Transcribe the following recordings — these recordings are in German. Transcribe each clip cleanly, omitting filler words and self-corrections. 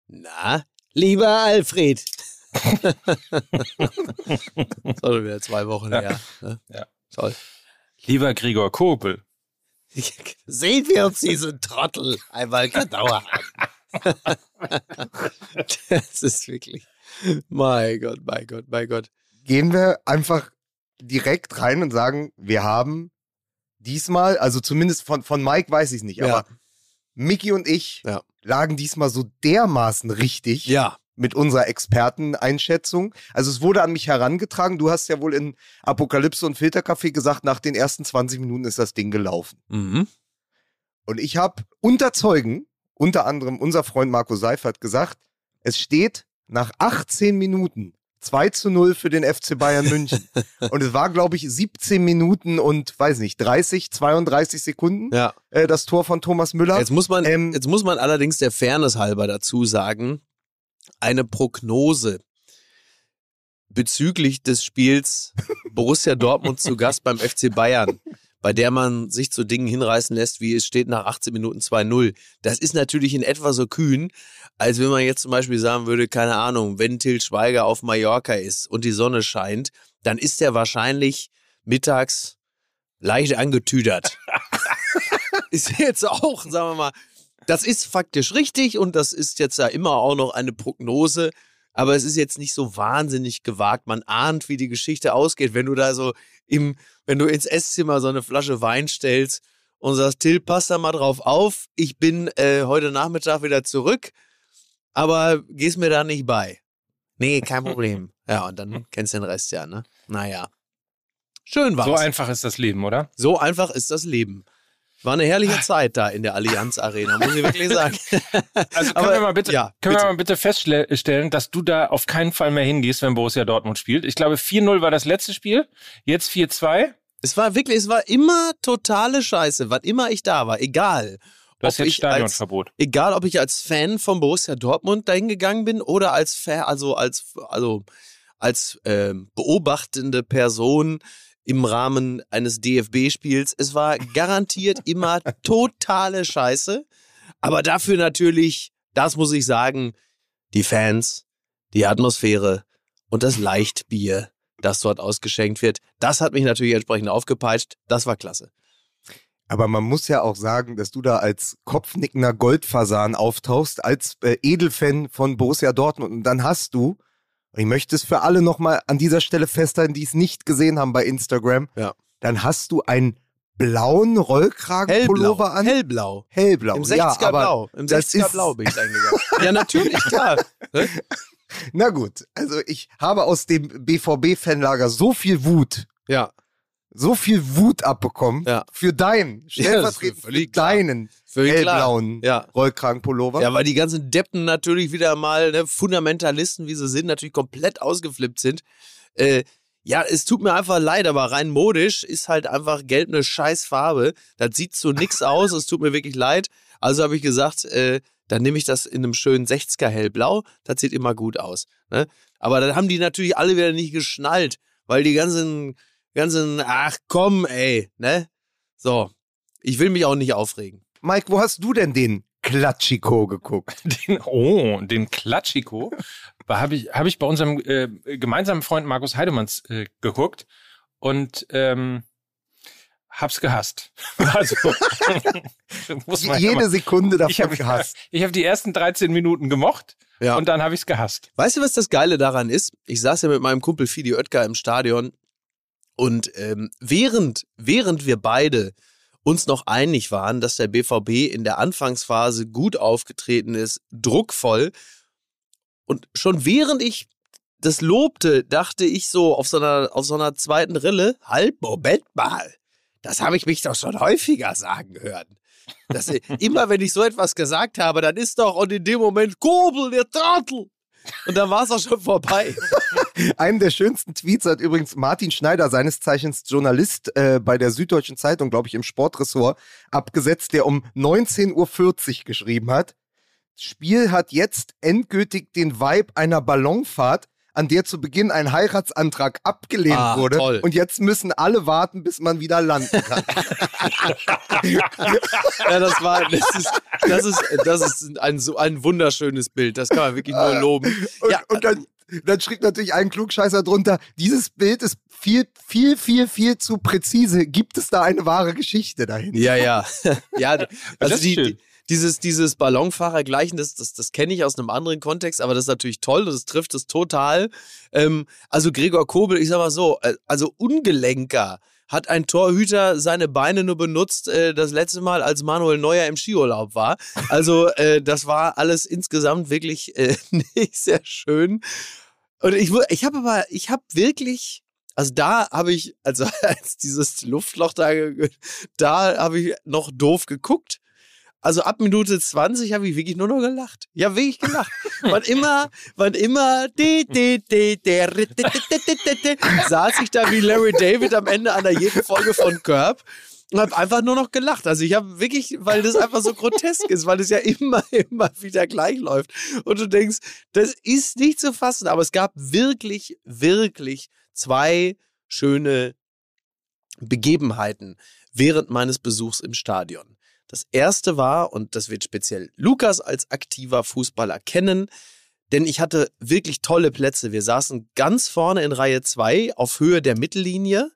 Na, lieber Alfred. Soll wieder 2 Wochen her. Ne? Ja. Toll. Lieber Gregor Kobel. Sehen wir uns diesen Trottel einmal genauer an. Das ist wirklich... Mein Gott. Gehen wir einfach direkt rein und sagen, wir haben diesmal, also zumindest von Mike weiß ich es nicht, aber Micky und ich lagen diesmal so dermaßen richtig mit unserer Experteneinschätzung. Also es wurde an mich herangetragen, du hast ja wohl in Apokalypse und Filterkaffee gesagt, nach den ersten 20 Minuten ist das Ding gelaufen. Mhm. Und ich habe unter Zeugen, unter anderem unser Freund Marco Seifert, gesagt, es steht nach 18 Minuten 2:0 für den FC Bayern München. Und es war, glaube ich, 17 Minuten und, 32 Sekunden das Tor von Thomas Müller. Jetzt muss man allerdings der Fairness halber dazu sagen, eine Prognose bezüglich des Spiels Borussia Dortmund zu Gast beim FC Bayern, bei der man sich zu Dingen hinreißen lässt, wie es steht nach 18 Minuten 2:0. Das ist natürlich in etwa so kühn, als wenn man jetzt zum Beispiel sagen würde, keine Ahnung, wenn Til Schweiger auf Mallorca ist und die Sonne scheint, dann ist er wahrscheinlich mittags leicht angetüdert. Ist jetzt auch, sagen wir mal, das ist faktisch richtig und das ist jetzt ja immer auch noch eine Prognose, aber es ist jetzt nicht so wahnsinnig gewagt. Man ahnt, wie die Geschichte ausgeht, wenn du da so wenn du ins Esszimmer so eine Flasche Wein stellst und sagst, Till, pass da mal drauf auf, ich bin heute Nachmittag wieder zurück, aber gehst mir da nicht bei. Nee, kein Problem. Ja, und dann kennst du den Rest ja, ne? Naja. Schön war's. So einfach ist das Leben, oder? So einfach ist das Leben. War eine herrliche Zeit da in der Allianz Arena, muss ich wirklich sagen. Also können wir mal bitte feststellen, dass du da auf keinen Fall mehr hingehst, wenn Borussia Dortmund spielt. Ich glaube, 4:0 war das letzte Spiel, jetzt 4:2. Es war immer totale Scheiße, was immer ich da war, egal. Du hast jetzt Stadionverbot. Egal, ob ich als Fan von Borussia Dortmund dahin gegangen bin oder als Fan, als beobachtende Person im Rahmen eines DFB-Spiels. Es war garantiert immer totale Scheiße. Aber dafür natürlich, das muss ich sagen, die Fans, die Atmosphäre und das Leichtbier, das dort ausgeschenkt wird, das hat mich natürlich entsprechend aufgepeitscht. Das war klasse. Aber man muss ja auch sagen, dass du da als kopfnickender Goldfasan auftauchst, als Edelfan von Borussia Dortmund. Und dann hast du, und ich möchte es für alle nochmal an dieser Stelle festhalten, die es nicht gesehen haben bei Instagram, dann hast du einen blauen Rollkragenpullover an. Hellblau. Im 60er Blau. Im 60er Blau bin ich eingegangen. Ja, natürlich, klar. Na gut, also ich habe aus dem BVB-Fanlager so viel Wut abbekommen für deinen, stellvertretend für deinen hellblauen Rollkragenpullover. Ja, weil die ganzen Deppen natürlich wieder mal, Fundamentalisten, wie sie sind, natürlich komplett ausgeflippt sind. Ja, es tut mir einfach leid, aber rein modisch ist halt einfach gelb eine Scheißfarbe. Das sieht so nix aus, es tut mir wirklich leid. Also habe ich gesagt, dann nehme ich das in einem schönen 60er hellblau, das sieht immer gut aus. Ne? Aber dann haben die natürlich alle wieder nicht geschnallt, weil die ganzen, ach komm ey, ne? So, ich will mich auch nicht aufregen. Mike, wo hast du denn den Klatschiko geguckt? Den Klatschiko hab ich bei unserem gemeinsamen Freund Markus Heidemanns geguckt und hab's gehasst. Also, jede Sekunde davon gehasst. Ich habe die ersten 13 Minuten gemocht und dann habe ich's gehasst. Weißt du, was das Geile daran ist? Ich saß ja mit meinem Kumpel Fidi Oetker im Stadion und während wir beide uns noch einig waren, dass der BVB in der Anfangsphase gut aufgetreten ist, druckvoll, und schon während ich das lobte, dachte ich so auf so einer zweiten Rille, halt, Moment mal, das habe ich mich doch schon häufiger sagen hören. Immer wenn ich so etwas gesagt habe, dann ist doch, und in dem Moment, Kobel, der Trottel. Und dann war es auch schon vorbei. Einen der schönsten Tweets hat übrigens Martin Schneider, seines Zeichens Journalist bei der Süddeutschen Zeitung, glaube ich, im Sportressort, abgesetzt, der um 19:40 Uhr geschrieben hat: Spiel hat jetzt endgültig den Vibe einer Ballonfahrt, an der zu Beginn ein Heiratsantrag abgelehnt wurde. Toll. Und jetzt müssen alle warten, bis man wieder landen kann. Ja, das ist ein wunderschönes Bild. Das kann man wirklich nur loben. Und dann schrieb natürlich ein Klugscheißer drunter, dieses Bild ist viel zu präzise. Gibt es da eine wahre Geschichte dahinter? Ja, also dieses Ballonfahrergleichen, das kenne ich aus einem anderen Kontext, aber das ist natürlich toll und das trifft es total. Also Gregor Kobel, ich sag mal so, also ungelenker hat ein Torhüter seine Beine nur benutzt das letzte Mal, als Manuel Neuer im Skiurlaub war. Also das war alles insgesamt wirklich nicht sehr schön. Und ich habe wirklich, also da habe ich, also als dieses Luftloch da habe ich noch doof geguckt. Also ab Minute 20 habe ich wirklich nur noch gelacht. Ja, wirklich gelacht. Wann immer saß ich da wie Larry David am Ende einer jeden Folge von Curb und habe einfach nur noch gelacht. Also ich habe wirklich, weil das einfach so grotesk ist, weil es ja immer wieder gleich läuft. Und du denkst, das ist nicht zu fassen. Aber es gab wirklich 2 schöne Begebenheiten während meines Besuchs im Stadion. Das erste war, und das wird speziell Lukas als aktiver Fußballer kennen, denn ich hatte wirklich tolle Plätze. Wir saßen ganz vorne in Reihe 2 auf Höhe der Mittellinie.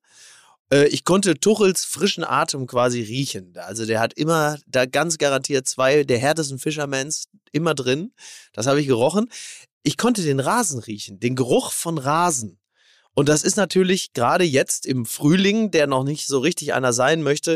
Ich konnte Tuchels frischen Atem quasi riechen. Also der hat immer da ganz garantiert 2 der härtesten Fishermans immer drin. Das habe ich gerochen. Ich konnte den Rasen riechen, den Geruch von Rasen. Und das ist natürlich gerade jetzt im Frühling, der noch nicht so richtig einer sein möchte,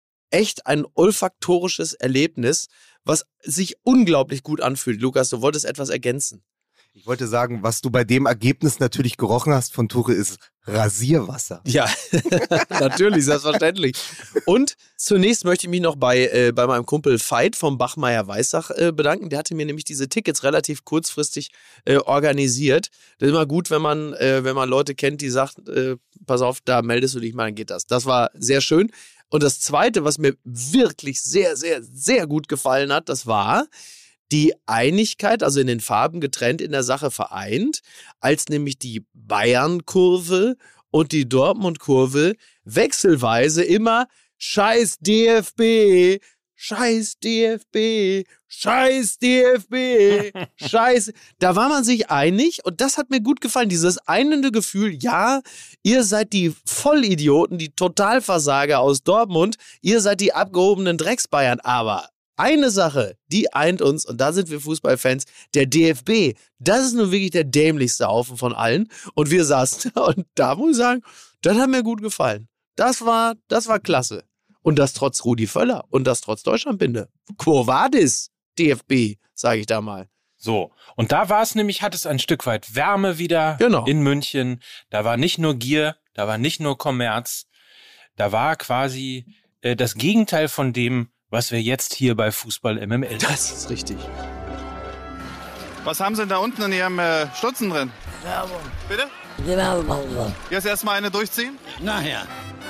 echt ein olfaktorisches Erlebnis, was sich unglaublich gut anfühlt. Lukas, du wolltest etwas ergänzen. Ich wollte sagen, was du bei dem Ergebnis natürlich gerochen hast von Tuchel ist Rasierwasser. Ja, natürlich, selbstverständlich. Und zunächst möchte ich mich noch bei meinem Kumpel Veit vom Bachmeier-Weissach bedanken. Der hatte mir nämlich diese Tickets relativ kurzfristig organisiert. Das ist immer gut, wenn man Leute kennt, die sagen, pass auf, da meldest du dich mal, dann geht das. Das war sehr schön. Und das Zweite, was mir wirklich sehr, sehr, sehr gut gefallen hat, das war die Einigkeit, also in den Farben getrennt, in der Sache vereint, als nämlich die Bayern-Kurve und die Dortmund-Kurve wechselweise immer Scheiß DFB, Scheiß DFB, Scheiß DFB, Scheiß. Da war man sich einig und das hat mir gut gefallen. Dieses einende Gefühl, ja, ihr seid die Vollidioten, die Totalversager aus Dortmund, ihr seid die abgehobenen Drecksbayern, aber eine Sache, die eint uns, und da sind wir Fußballfans, der DFB. Das ist nun wirklich der dämlichste Haufen von allen. Und wir saßen da und da muss ich sagen, das hat mir gut gefallen. Das war klasse. Und das trotz Rudi Völler und das trotz Deutschlandbinde. Quo vadis, DFB, sage ich da mal. So, und da war es nämlich, hat es ein Stück weit Wärme wieder in München. Da war nicht nur Gier, da war nicht nur Kommerz. Da war quasi das Gegenteil von dem, was wir jetzt hier bei Fußball MML. Das ist richtig. Was haben Sie denn da unten in Ihrem Stutzen drin? Werbung. Bitte? Die Werbung. Jetzt erstmal eine durchziehen? Nachher.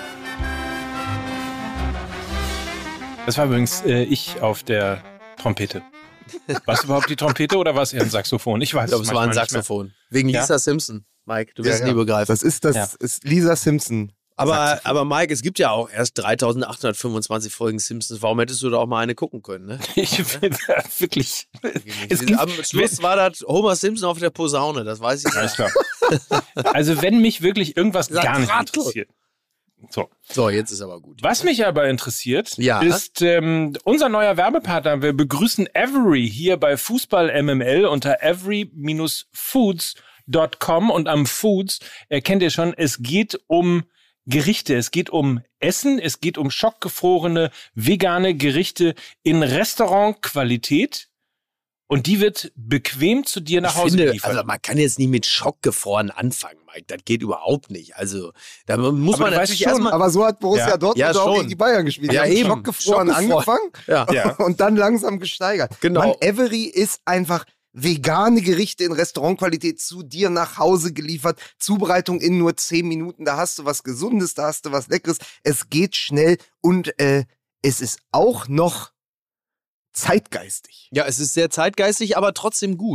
Das war übrigens ich auf der Trompete. War es überhaupt die Trompete oder war es eher ein Saxophon? Ich weiß es nicht. Ich glaube, es war ein Saxophon. Wegen Lisa Simpson. Mike, du wirst nie begreifen. Das ist ist Lisa Simpson. Aber Mike, es gibt ja auch erst 3825 Folgen Simpsons. Warum hättest du da auch mal eine gucken können, ne? Ich bin wirklich. Am Schluss war das Homer Simpson auf der Posaune, das weiß ich nicht. Klar. Also wenn mich wirklich irgendwas gar nicht interessiert. So, jetzt ist aber gut. Was mich aber interessiert, ist unser neuer Werbepartner. Wir begrüßen Every hier bei Fußball MML unter every-foods.com und am Foods erkennt ihr schon, es geht um Gerichte, es geht um Essen, es geht um schockgefrorene vegane Gerichte in Restaurantqualität und die wird bequem zu dir nach Hause geliefert. Also man kann jetzt nicht mit schockgefroren anfangen, Mike, das geht überhaupt nicht. Also da muss man natürlich erstmal... Aber so hat Borussia Dortmund auch gegen die Bayern gespielt. Ja, die haben schockgefroren angefangen und dann langsam gesteigert. Genau. Man, Every ist einfach... vegane Gerichte in Restaurantqualität zu dir nach Hause geliefert. Zubereitung in nur 10 Minuten. Da hast du was Gesundes, da hast du was Leckeres. Es geht schnell und es ist auch noch zeitgeistig. Ja, es ist sehr zeitgeistig, aber trotzdem gut.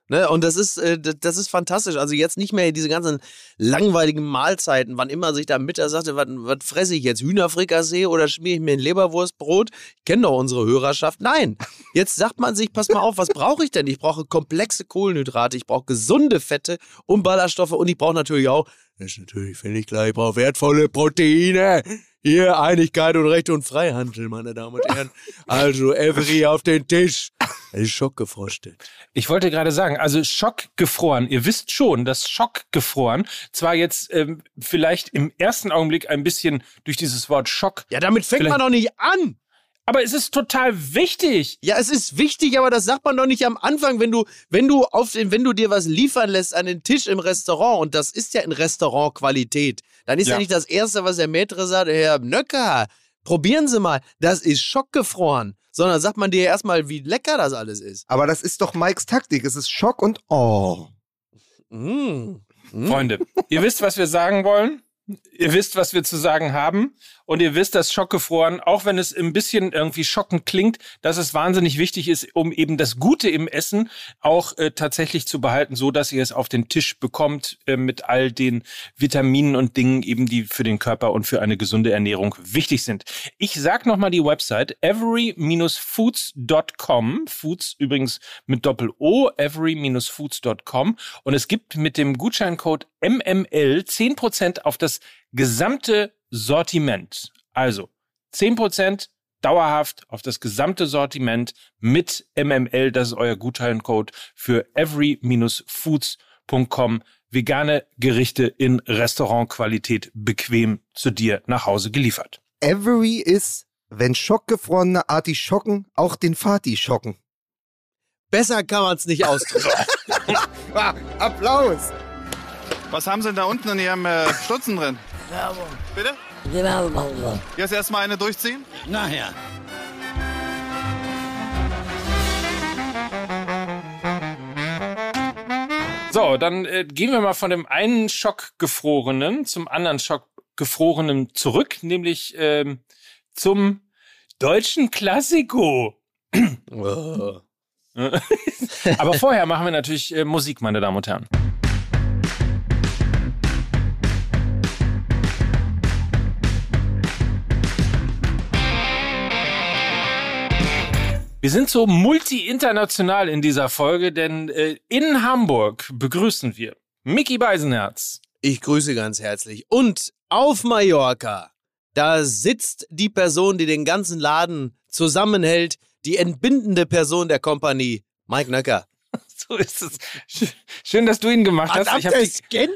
Ne? Und das ist fantastisch. Also jetzt nicht mehr diese ganzen langweiligen Mahlzeiten, wann immer sich da Mittag sagte, was fresse ich jetzt? Hühnerfrikassee oder schmiere ich mir ein Leberwurstbrot? Ich kenne doch unsere Hörerschaft. Nein, jetzt sagt man sich, pass mal auf, was brauche ich denn? Ich brauche komplexe Kohlenhydrate, ich brauche gesunde Fette und Ballaststoffe und ich brauche natürlich auch, das ist natürlich völlig klar, ich brauche wertvolle Proteine. Hier Einigkeit und Recht und Freihandel, meine Damen und Herren. Also Every auf den Tisch. Es ist schockgefrostet. Ich wollte gerade sagen, also schockgefroren. Ihr wisst schon, dass schockgefroren zwar jetzt vielleicht im ersten Augenblick ein bisschen durch dieses Wort Schock. Ja, damit fängt man doch nicht an. Aber es ist total wichtig. Ja, es ist wichtig, aber das sagt man doch nicht am Anfang, wenn du dir was liefern lässt an den Tisch im Restaurant, und das ist ja in Restaurantqualität, dann ist ja nicht das Erste, was der Maitre sagt, Herr Nöcker, probieren Sie mal, das ist schockgefroren. Sondern sagt man dir erstmal, wie lecker das alles ist. Aber das ist doch Mikes Taktik, es ist Schock und Freunde, ihr wisst, was wir sagen wollen. Ihr wisst, was wir zu sagen haben, und ihr wisst, dass schockgefroren, auch wenn es ein bisschen irgendwie schockend klingt, dass es wahnsinnig wichtig ist, um eben das Gute im Essen auch tatsächlich zu behalten, so dass ihr es auf den Tisch bekommt mit all den Vitaminen und Dingen eben, die für den Körper und für eine gesunde Ernährung wichtig sind. Ich sag nochmal die Website every-foods.com, Foods übrigens mit Doppel-O, every-foods.com, und es gibt mit dem Gutscheincode MML 10% auf das gesamte Sortiment. Also 10% dauerhaft auf das gesamte Sortiment mit MML. Das ist euer Gutscheincode für every-foods.com. Vegane Gerichte in Restaurantqualität bequem zu dir nach Hause geliefert. Every ist, wenn schockgefrorene Artischocken auch den Vati schocken. Besser kann man es nicht ausdrücken. Applaus! Was haben Sie denn da unten in Ihrem Stutzen drin? Werbung. Bitte? Die Werbung. Jetzt erstmal eine durchziehen? Nachher. So, dann gehen wir mal von dem einen Schockgefrorenen zum anderen Schockgefrorenen zurück, nämlich zum deutschen Klassiko. Aber vorher machen wir natürlich Musik, meine Damen und Herren. Wir sind so multi-international in dieser Folge, denn in Hamburg begrüßen wir Micky Beisenherz. Ich grüße ganz herzlich. Und auf Mallorca, da sitzt die Person, die den ganzen Laden zusammenhält, die entbindende Person der Kompanie, Mike Nöcker. So ist es. Schön, dass du ihn gemacht hast. Ich habe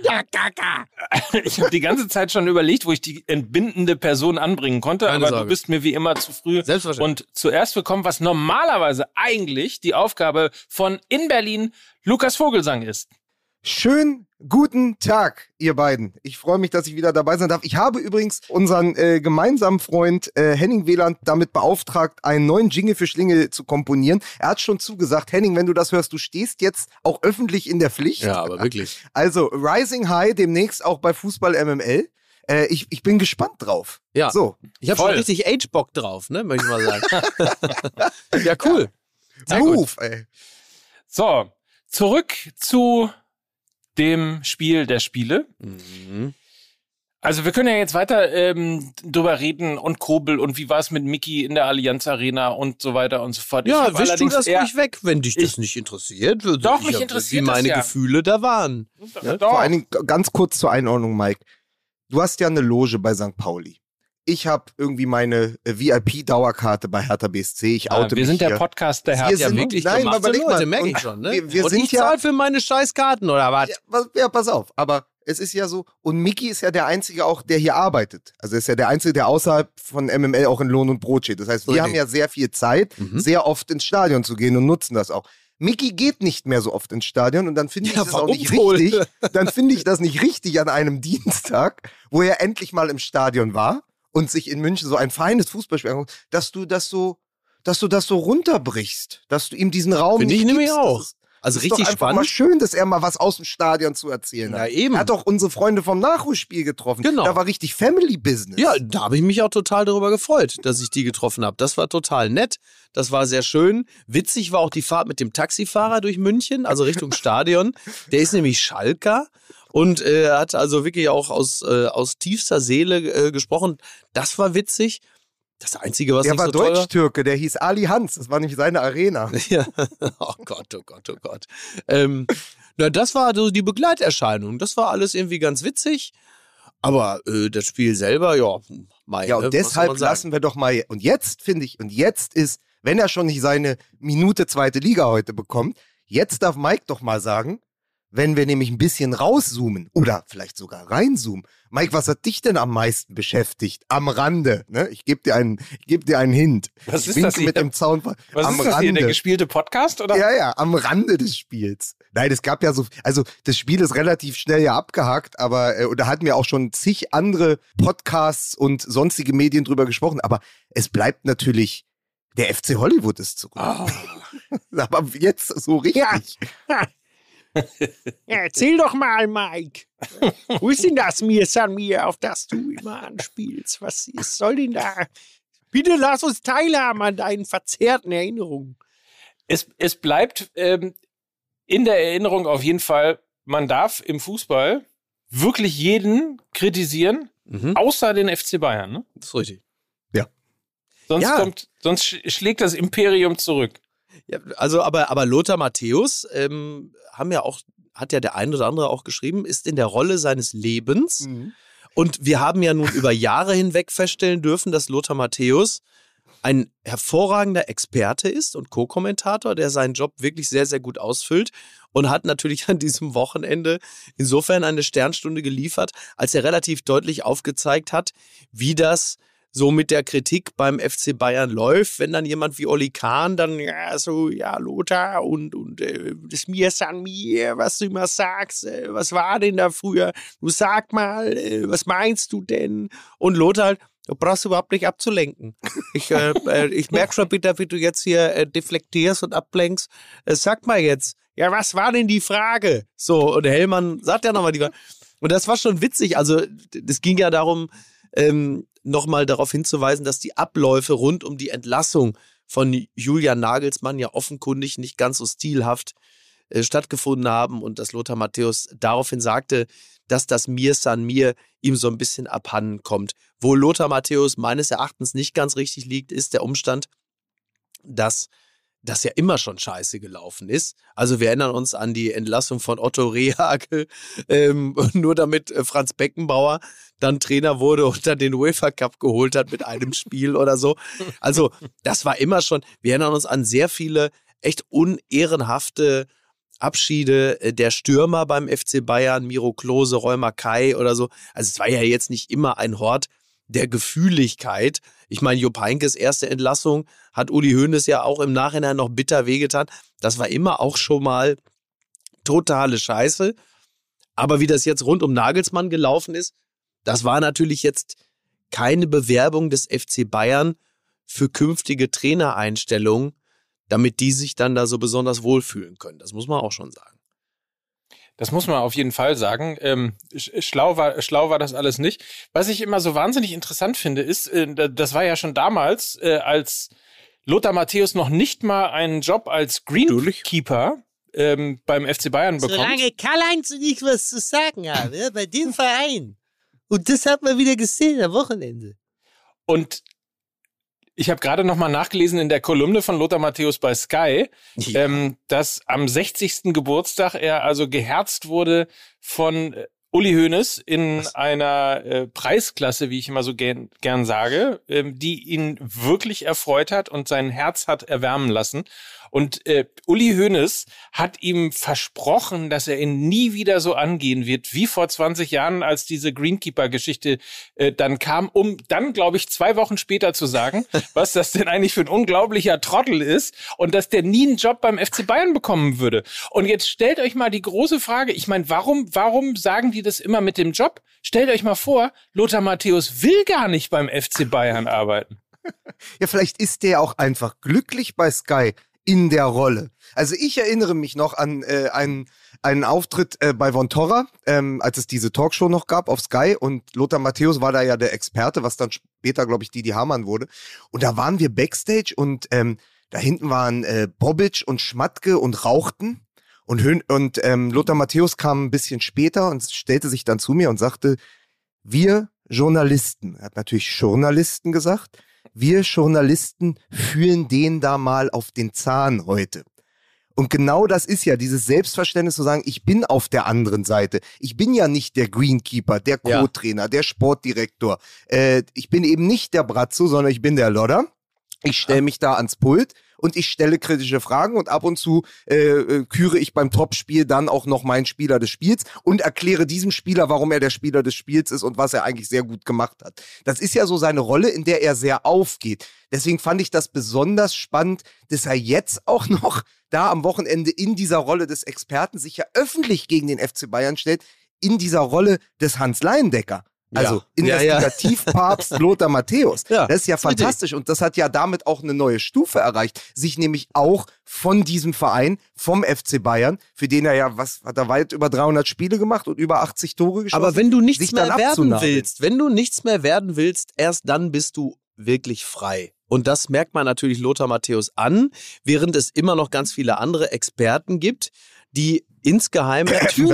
die ganze Zeit schon überlegt, wo ich die entbindende Person anbringen konnte, Keine aber Sorge. du bist mir wie immer zu früh. Selbstverständlich. Und zuerst bekommen, was normalerweise eigentlich die Aufgabe von in Berlin Lukas Vogelsang ist. Schönen guten Tag, ihr beiden. Ich freue mich, dass ich wieder dabei sein darf. Ich habe übrigens unseren gemeinsamen Freund Henning Wieland damit beauftragt, einen neuen Jingle für Schlingel zu komponieren. Er hat schon zugesagt, Henning, wenn du das hörst, du stehst jetzt auch öffentlich in der Pflicht. Ja, aber wirklich. Also Rising High, demnächst auch bei Fußball MML. Ich bin gespannt drauf. Ja, so. Ich habe schon richtig Age-Bock drauf, ne, möchte ich mal sagen. Ja, cool. Sehr Move, gut. ey. So, zurück zu dem Spiel der Spiele. Mhm. Also wir können ja jetzt weiter drüber reden und Kobel und wie war es mit Micky in der Allianz Arena und so weiter und so fort. Ja, wisch du das ruhig weg, wenn dich das nicht interessiert. Doch, mich interessiert wie meine das ja. Gefühle da waren. Ja, Vor allen Dingen ganz kurz zur Einordnung, Mike. Du hast ja eine Loge bei St. Pauli. Ich habe irgendwie meine VIP-Dauerkarte bei Hertha BSC. Ich oute wir mich sind der hier. Podcast der Wir Hertha. sind- Wirklich nein, gemachte überleg Leute, mal. merke ich Und schon, ne? wir Und sind ich ja- zahle für meine scheiß Karten, oder was? Ja, pass auf. Aber es ist ja so, und Micky ist ja der Einzige auch, der hier arbeitet. Also ist ja der Einzige, der außerhalb von MML auch in Lohn und Brot steht. Das heißt, wir Richtig. haben ja sehr viel Zeit, sehr oft ins Stadion zu gehen und nutzen das auch. Micky geht nicht mehr so oft ins Stadion und dann finde ich Ja, das auch warum nicht wohl? richtig. Dann finde ich das nicht richtig an einem Dienstag, wo er endlich mal im Stadion war und sich in München so ein feines Fußballspiel anguckt, dass du das so runterbrichst, dass du ihm diesen Raum Finde ich nicht nämlich gibst. auch. Also ist richtig doch spannend. Mal schön, dass er mal was aus dem Stadion zu erzählen hat. Ja, eben. Er hat doch unsere Freunde vom Nachholspiel getroffen. Genau. Da war richtig Family Business. Ja, da habe ich mich auch total darüber gefreut, dass ich die getroffen habe. Das war total nett. Das war sehr schön. Witzig war auch die Fahrt mit dem Taxifahrer durch München, also Richtung Stadion. Der ist nämlich Schalker und hat also wirklich auch aus tiefster Seele gesprochen. Das war witzig. Das Einzige, was der nicht war so toll war. Deutsch-Türke, der hieß Ali Hans. Das war nämlich seine Arena. Ja. Oh Gott, oh Gott, oh Gott. Na, das war so die Begleiterscheinung. Das war alles irgendwie ganz witzig. Aber das Spiel selber, ja, Ja, und deshalb lassen wir doch mal. Und jetzt finde ich, ist, wenn er schon nicht seine Minute zweite Liga heute bekommt, jetzt darf Mike doch mal sagen, wenn wir nämlich ein bisschen rauszoomen oder vielleicht sogar reinzoomen. Mike, was hat dich denn am meisten beschäftigt? Am Rande, ne? Ich gebe dir einen Hint. Was ist winke das hier? mit dem Zaunfall. Was am ist das Rande. hier, der gespielte Podcast, oder? Ja, am Rande des Spiels. Nein, es gab ja so, also das Spiel ist relativ schnell ja abgehakt, aber da hatten wir auch schon zig andere Podcasts und sonstige Medien drüber gesprochen, aber es bleibt natürlich, der FC Hollywood ist zu gut. Oh. Aber jetzt so richtig. Ja, erzähl doch mal, Mike. Wo ist denn das Mir San Mir, auf das du immer anspielst? Was soll denn da? Bitte lass uns teilhaben an deinen verzerrten Erinnerungen. Es bleibt in der Erinnerung auf jeden Fall, man darf im Fußball wirklich jeden kritisieren, außer den FC Bayern. Ne? Das ist richtig. Ja. Sonst schlägt das Imperium zurück. Ja, also, aber Lothar Matthäus hat ja der ein oder andere auch geschrieben, ist in der Rolle seines Lebens. Mhm. Und wir haben ja nun über Jahre hinweg feststellen dürfen, dass Lothar Matthäus ein hervorragender Experte ist und Co-Kommentator, der seinen Job wirklich sehr, sehr gut ausfüllt und hat natürlich an diesem Wochenende insofern eine Sternstunde geliefert, als er relativ deutlich aufgezeigt hat, wie das so mit der Kritik beim FC Bayern läuft, wenn dann jemand wie Oli Kahn dann, Lothar und das Mir San Mir, was du immer sagst, was war denn da früher? Du sag mal, was meinst du denn? Und Lothar halt, du brauchst überhaupt nicht abzulenken. Ich merke schon bitte, wie du jetzt hier deflektierst und ablenkst. Sag mal jetzt, ja, was war denn die Frage? So, und der Hellmann sagt ja nochmal die Frage. Und das war schon witzig. Also, das ging ja darum, nochmal darauf hinzuweisen, dass die Abläufe rund um die Entlassung von Julian Nagelsmann ja offenkundig nicht ganz so stilhaft stattgefunden haben und dass Lothar Matthäus daraufhin sagte, dass das Mir San Mir ihm so ein bisschen abhanden kommt. Wo Lothar Matthäus meines Erachtens nicht ganz richtig liegt, ist der Umstand, dass das ja immer schon scheiße gelaufen ist. Also wir erinnern uns an die Entlassung von Otto Rehhagel, nur damit Franz Beckenbauer dann Trainer wurde und dann den UEFA Cup geholt hat mit einem Spiel oder so. Also das war immer schon, wir erinnern uns an sehr viele echt unehrenhafte Abschiede der Stürmer beim FC Bayern, Miro Klose, Roy Mackay oder so. Also es war ja jetzt nicht immer ein Hort der Gefühligkeit. Ich meine, Jupp Heynckes erste Entlassung hat Uli Hoeneß ja auch im Nachhinein noch bitter wehgetan. Das war immer auch schon mal totale Scheiße. Aber wie das jetzt rund um Nagelsmann gelaufen ist, das war natürlich jetzt keine Bewerbung des FC Bayern für künftige Trainereinstellungen, damit die sich dann da so besonders wohlfühlen können. Das muss man auch schon sagen. Das muss man auf jeden Fall sagen. Schlau war das alles nicht. Was ich immer so wahnsinnig interessant finde, ist, das war ja schon damals, als Lothar Matthäus noch nicht mal einen Job als Greenkeeper beim FC Bayern bekommt. Solange Karl-Heinz und ich was zu sagen haben, ja, bei dem Verein. Und das hat man wieder gesehen am Wochenende. Und ich habe gerade noch mal nachgelesen in der Kolumne von Lothar Matthäus bei Sky, dass am 60. Geburtstag er also geherzt wurde von Uli Hoeneß in einer Preisklasse, wie ich immer so gern sage, die ihn wirklich erfreut hat und sein Herz hat erwärmen lassen. Und Uli Hoeneß hat ihm versprochen, dass er ihn nie wieder so angehen wird, wie vor 20 Jahren, als diese Greenkeeper-Geschichte dann kam, um dann, glaube ich, 2 Wochen später zu sagen, was das denn eigentlich für ein unglaublicher Trottel ist und dass der nie einen Job beim FC Bayern bekommen würde. Und jetzt stellt euch mal die große Frage, ich meine, warum sagen die das immer mit dem Job? Stellt euch mal vor, Lothar Matthäus will gar nicht beim FC Bayern arbeiten. Ja, vielleicht ist der auch einfach glücklich bei Sky. in der Rolle. Also ich erinnere mich noch an einen Auftritt bei Von Torra, als es diese Talkshow noch gab auf Sky und Lothar Matthäus war da ja der Experte, was dann später, glaube ich, Didi Hamann wurde. Und da waren wir Backstage und da hinten waren Bobic und Schmatke und rauchten. Und Lothar Matthäus kam ein bisschen später und stellte sich dann zu mir und sagte, wir Journalisten, er hat natürlich Journalisten gesagt, wir Journalisten fühlen den da mal auf den Zahn heute. Und genau das ist ja dieses Selbstverständnis zu sagen, ich bin auf der anderen Seite. Ich bin ja nicht der Greenkeeper, der Co-Trainer, der Sportdirektor. Ich bin eben nicht der Brazzo, sondern ich bin der Lodder. Ich stelle mich da ans Pult und ich stelle kritische Fragen und ab und zu küre ich beim Topspiel dann auch noch meinen Spieler des Spiels und erkläre diesem Spieler, warum er der Spieler des Spiels ist und was er eigentlich sehr gut gemacht hat. Das ist ja so seine Rolle, in der er sehr aufgeht. Deswegen fand ich das besonders spannend, dass er jetzt auch noch da am Wochenende in dieser Rolle des Experten sich ja öffentlich gegen den FC Bayern stellt, in dieser Rolle des Hans Leindecker. Also Investigativpapst Lothar Matthäus. Ja, das ist ja fantastisch und das hat ja damit auch eine neue Stufe erreicht. Sich nämlich auch von diesem Verein, vom FC Bayern, für den er ja, hat er weit über 300 Spiele gemacht und über 80 Tore geschossen. Aber wenn du nichts mehr werden willst, erst dann bist du wirklich frei. Und das merkt man natürlich Lothar Matthäus an, während es immer noch ganz viele andere Experten gibt, die insgeheim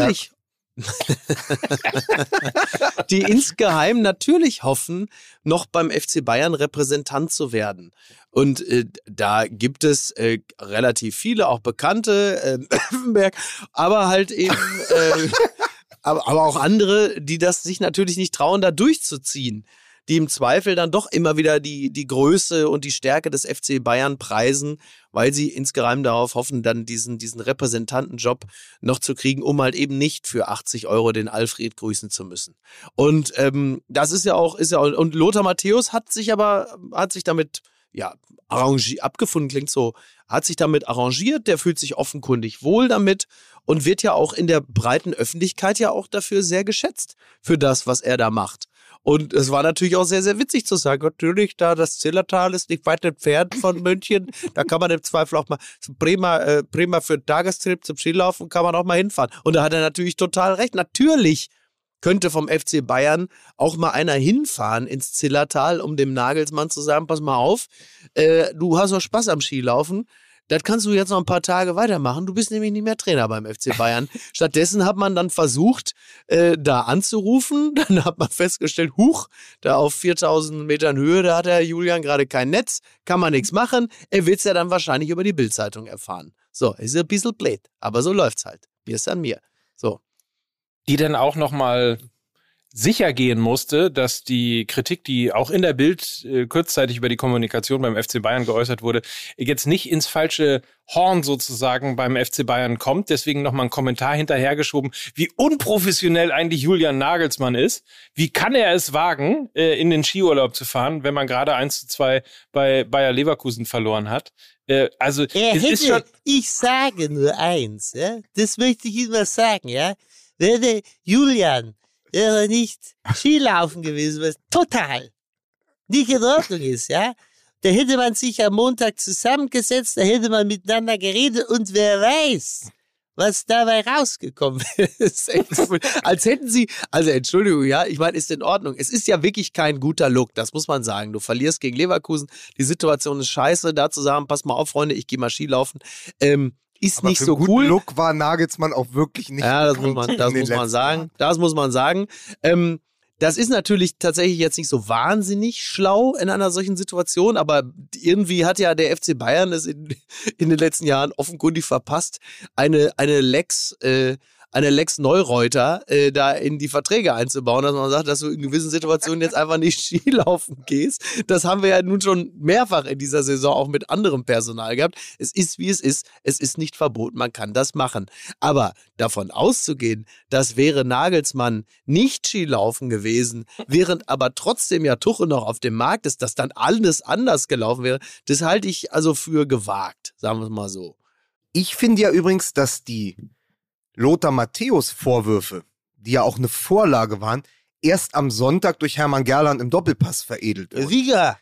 natürlich hoffen, noch beim FC Bayern Repräsentant zu werden. Und da gibt es relativ viele, auch Bekannte, Effenberg, aber halt eben aber auch andere, die das sich natürlich nicht trauen, da durchzuziehen. Die im Zweifel dann doch immer wieder die Größe und die Stärke des FC Bayern preisen, weil sie insgeheim darauf hoffen, dann diesen Repräsentantenjob noch zu kriegen, um halt eben nicht für 80 € den Alfred grüßen zu müssen. Und das ist ja auch, und Lothar Matthäus hat sich damit abgefunden, klingt so, hat sich damit arrangiert, der fühlt sich offenkundig wohl damit und wird ja auch in der breiten Öffentlichkeit ja auch dafür sehr geschätzt, für das, was er da macht. Und es war natürlich auch sehr, sehr witzig zu sagen, natürlich, da das Zillertal ist nicht weit entfernt von München, da kann man im Zweifel auch mal prima für einen Tagestrip zum Skilaufen, kann man auch mal hinfahren. Und da hat er natürlich total recht. Natürlich könnte vom FC Bayern auch mal einer hinfahren ins Zillertal, um dem Nagelsmann zu sagen, pass mal auf, du hast doch Spaß am Skilaufen. Das kannst du jetzt noch ein paar Tage weitermachen. Du bist nämlich nicht mehr Trainer beim FC Bayern. Stattdessen hat man dann versucht, da anzurufen. Dann hat man festgestellt, da auf 4000 Metern Höhe, da hat der Julian gerade kein Netz, kann man nichts machen. Er wird es ja dann wahrscheinlich über die Bild-Zeitung erfahren. So, ist ein bisschen blöd, aber so läuft's halt. Mir ist an mir. So. Die dann auch nochmal sicher gehen musste, dass die Kritik, die auch in der Bild kurzzeitig über die Kommunikation beim FC Bayern geäußert wurde, jetzt nicht ins falsche Horn sozusagen beim FC Bayern kommt. Deswegen nochmal ein Kommentar hinterhergeschoben, wie unprofessionell eigentlich Julian Nagelsmann ist. Wie kann er es wagen, in den Skiurlaub zu fahren, wenn man gerade 1:2 bei Bayer Leverkusen verloren hat? Ich sage nur eins, ja? Das möchte ich Ihnen mal sagen, ja? Wäre Julian nicht Skilaufen gewesen, was total nicht in Ordnung ist, ja. Da hätte man sich am Montag zusammengesetzt, da hätte man miteinander geredet und wer weiß, was dabei rausgekommen ist. Als hätten sie, also Entschuldigung, ja, ich meine, ist in Ordnung. Es ist ja wirklich kein guter Look, das muss man sagen. Du verlierst gegen Leverkusen, die Situation ist scheiße, da zu sagen, pass mal auf, Freunde, ich gehe mal Skilaufen. Ist aber nicht so cool. Look war Nagelsmann auch wirklich nicht. Ja, das muss man sagen. Das muss man sagen. Das ist natürlich tatsächlich jetzt nicht so wahnsinnig schlau in einer solchen Situation, aber irgendwie hat ja der FC Bayern es in den letzten Jahren offenkundig verpasst, eine Lex Neureuter da in die Verträge einzubauen, dass man sagt, dass du in gewissen Situationen jetzt einfach nicht Skilaufen gehst. Das haben wir ja nun schon mehrfach in dieser Saison auch mit anderem Personal gehabt. Es ist, wie es ist. Es ist nicht verboten, man kann das machen. Aber davon auszugehen, das wäre Nagelsmann nicht Skilaufen gewesen, während aber trotzdem ja Tuchel noch auf dem Markt ist, dass dann alles anders gelaufen wäre, das halte ich also für gewagt, sagen wir es mal so. Ich finde ja übrigens, dass die Lothar Matthäus Vorwürfe, die ja auch eine Vorlage waren, erst am Sonntag durch Hermann Gerland im Doppelpass veredelt wurden. Sieger!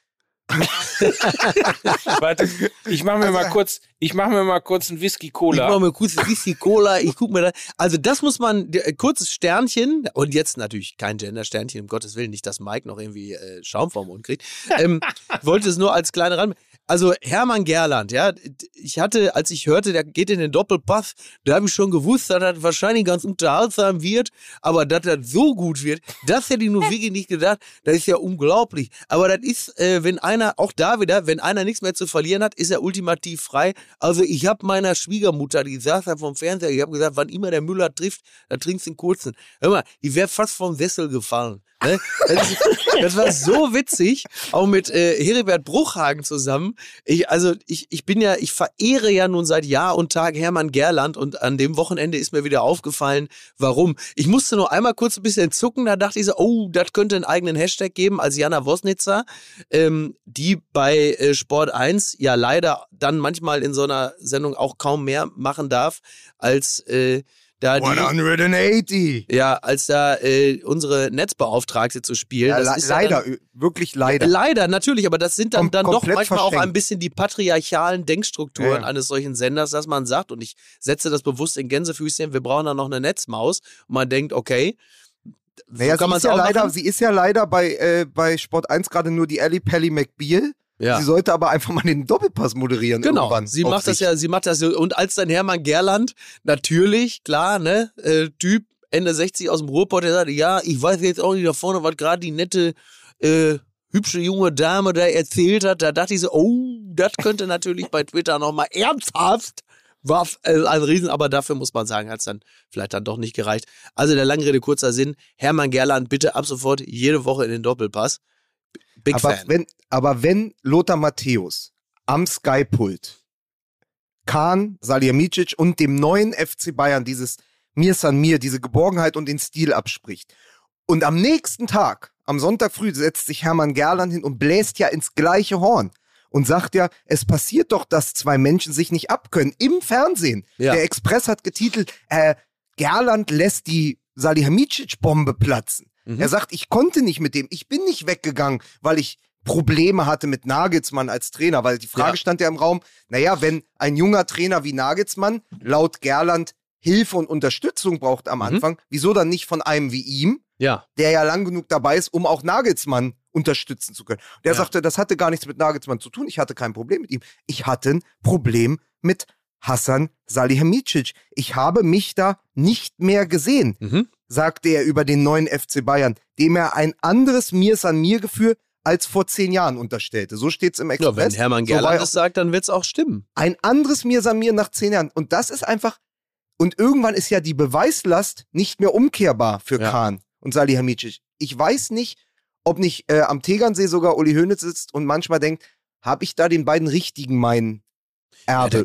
Warte, ich mache mir mal kurz einen Whisky-Cola. Ich mache mir kurz einen Whisky-Cola, ich gucke mir das. Also das muss man, kurzes Sternchen, und jetzt natürlich kein Gender-Sternchen, um Gottes Willen, nicht, dass Mike noch irgendwie Schaum vorm Mund kriegt. Wollte es nur als kleine Rand. Also Hermann Gerland, ja, ich hatte, als ich hörte, der geht in den Doppelpass, da habe ich schon gewusst, dass das wahrscheinlich ganz unterhaltsam wird, aber dass das so gut wird, das hätte ich nur wirklich nicht gedacht, das ist ja unglaublich. Aber das ist, wenn einer, auch da wieder, wenn einer nichts mehr zu verlieren hat, ist er ultimativ frei. Also ich habe meiner Schwiegermutter, die saß da vom Fernseher, ich habe gesagt, wann immer der Müller trifft, da trinkst du einen kurzen. Hör mal, die wäre fast vom Sessel gefallen. Ne? Das war so witzig, auch mit Heribert Bruchhagen zusammen. Ich verehre ja nun seit Jahr und Tag Hermann Gerland, und an dem Wochenende ist mir wieder aufgefallen, warum. Ich musste nur einmal kurz ein bisschen zucken, da dachte ich so, oh, das könnte einen eigenen Hashtag geben, als Jana Wosnitzer, die bei Sport 1 ja leider dann manchmal in so einer Sendung auch kaum mehr machen darf, als da 180. als da unsere Netzbeauftragte zu spielen. Ja, das ist leider, dann, wirklich leider. Leider, natürlich, aber das sind dann doch manchmal verschenkt. auch ein bisschen die patriarchalen Denkstrukturen eines solchen Senders, dass man sagt, und ich setze das bewusst in Gänsefüßchen, wir brauchen da noch eine Netzmaus, und man denkt, okay, naja, kann man es auch machen? Sie ist ja leider bei Sport 1 gerade nur die Ellie Pelli McBeal. Ja. Sie sollte aber einfach mal den Doppelpass moderieren. Genau, irgendwann sie macht das ja. Und als dann Hermann Gerland, natürlich, klar, ne, Typ, Ende 60 aus dem Ruhrpott, der sagte, ja, ich weiß jetzt auch nicht da vorne, was gerade die nette, hübsche junge Dame da erzählt hat. Da dachte ich so, oh, das könnte natürlich bei Twitter nochmal ernsthaft, war ein Riesen, aber dafür muss man sagen, hat es dann vielleicht dann doch nicht gereicht. Also der lange Rede, kurzer Sinn, Hermann Gerland, bitte ab sofort jede Woche in den Doppelpass. Big Fan. Aber wenn Lothar Matthäus am Skypult Kahn, Salihamidzic und dem neuen FC Bayern dieses Mir San Mir, diese Geborgenheit und den Stil abspricht, und am nächsten Tag, am Sonntag früh, setzt sich Hermann Gerland hin und bläst ja ins gleiche Horn und sagt ja, es passiert doch, dass zwei Menschen sich nicht abkönnen. Im Fernsehen. Ja. Der Express hat getitelt, Gerland lässt die Salihamidzic-Bombe platzen. Er sagt, ich konnte nicht mit dem, ich bin nicht weggegangen, weil ich Probleme hatte mit Nagelsmann als Trainer, weil die Frage stand ja im Raum, naja, wenn ein junger Trainer wie Nagelsmann laut Gerland Hilfe und Unterstützung braucht am Anfang, wieso dann nicht von einem wie ihm, der ja lang genug dabei ist, um auch Nagelsmann unterstützen zu können. Und er sagte, das hatte gar nichts mit Nagelsmann zu tun, ich hatte kein Problem mit ihm. Ich hatte ein Problem mit Hasan Salihamidzic. Ich habe mich da nicht mehr gesehen, sagte er über den neuen FC Bayern, dem er ein anderes Mir San Mir-Gefühl als vor 10 Jahren unterstellte. So steht's im Express. Ja, wenn Hermann Gerland das sagt, dann wird's auch stimmen. Ein anderes Mir San Mir nach 10 Jahren. Und das ist einfach, und irgendwann ist ja die Beweislast nicht mehr umkehrbar für Kahn und Salihamidzic. Ich weiß nicht, ob nicht am Tegernsee sogar Uli Hoeneß sitzt und manchmal denkt, habe ich da den beiden Richtigen meinen Erbe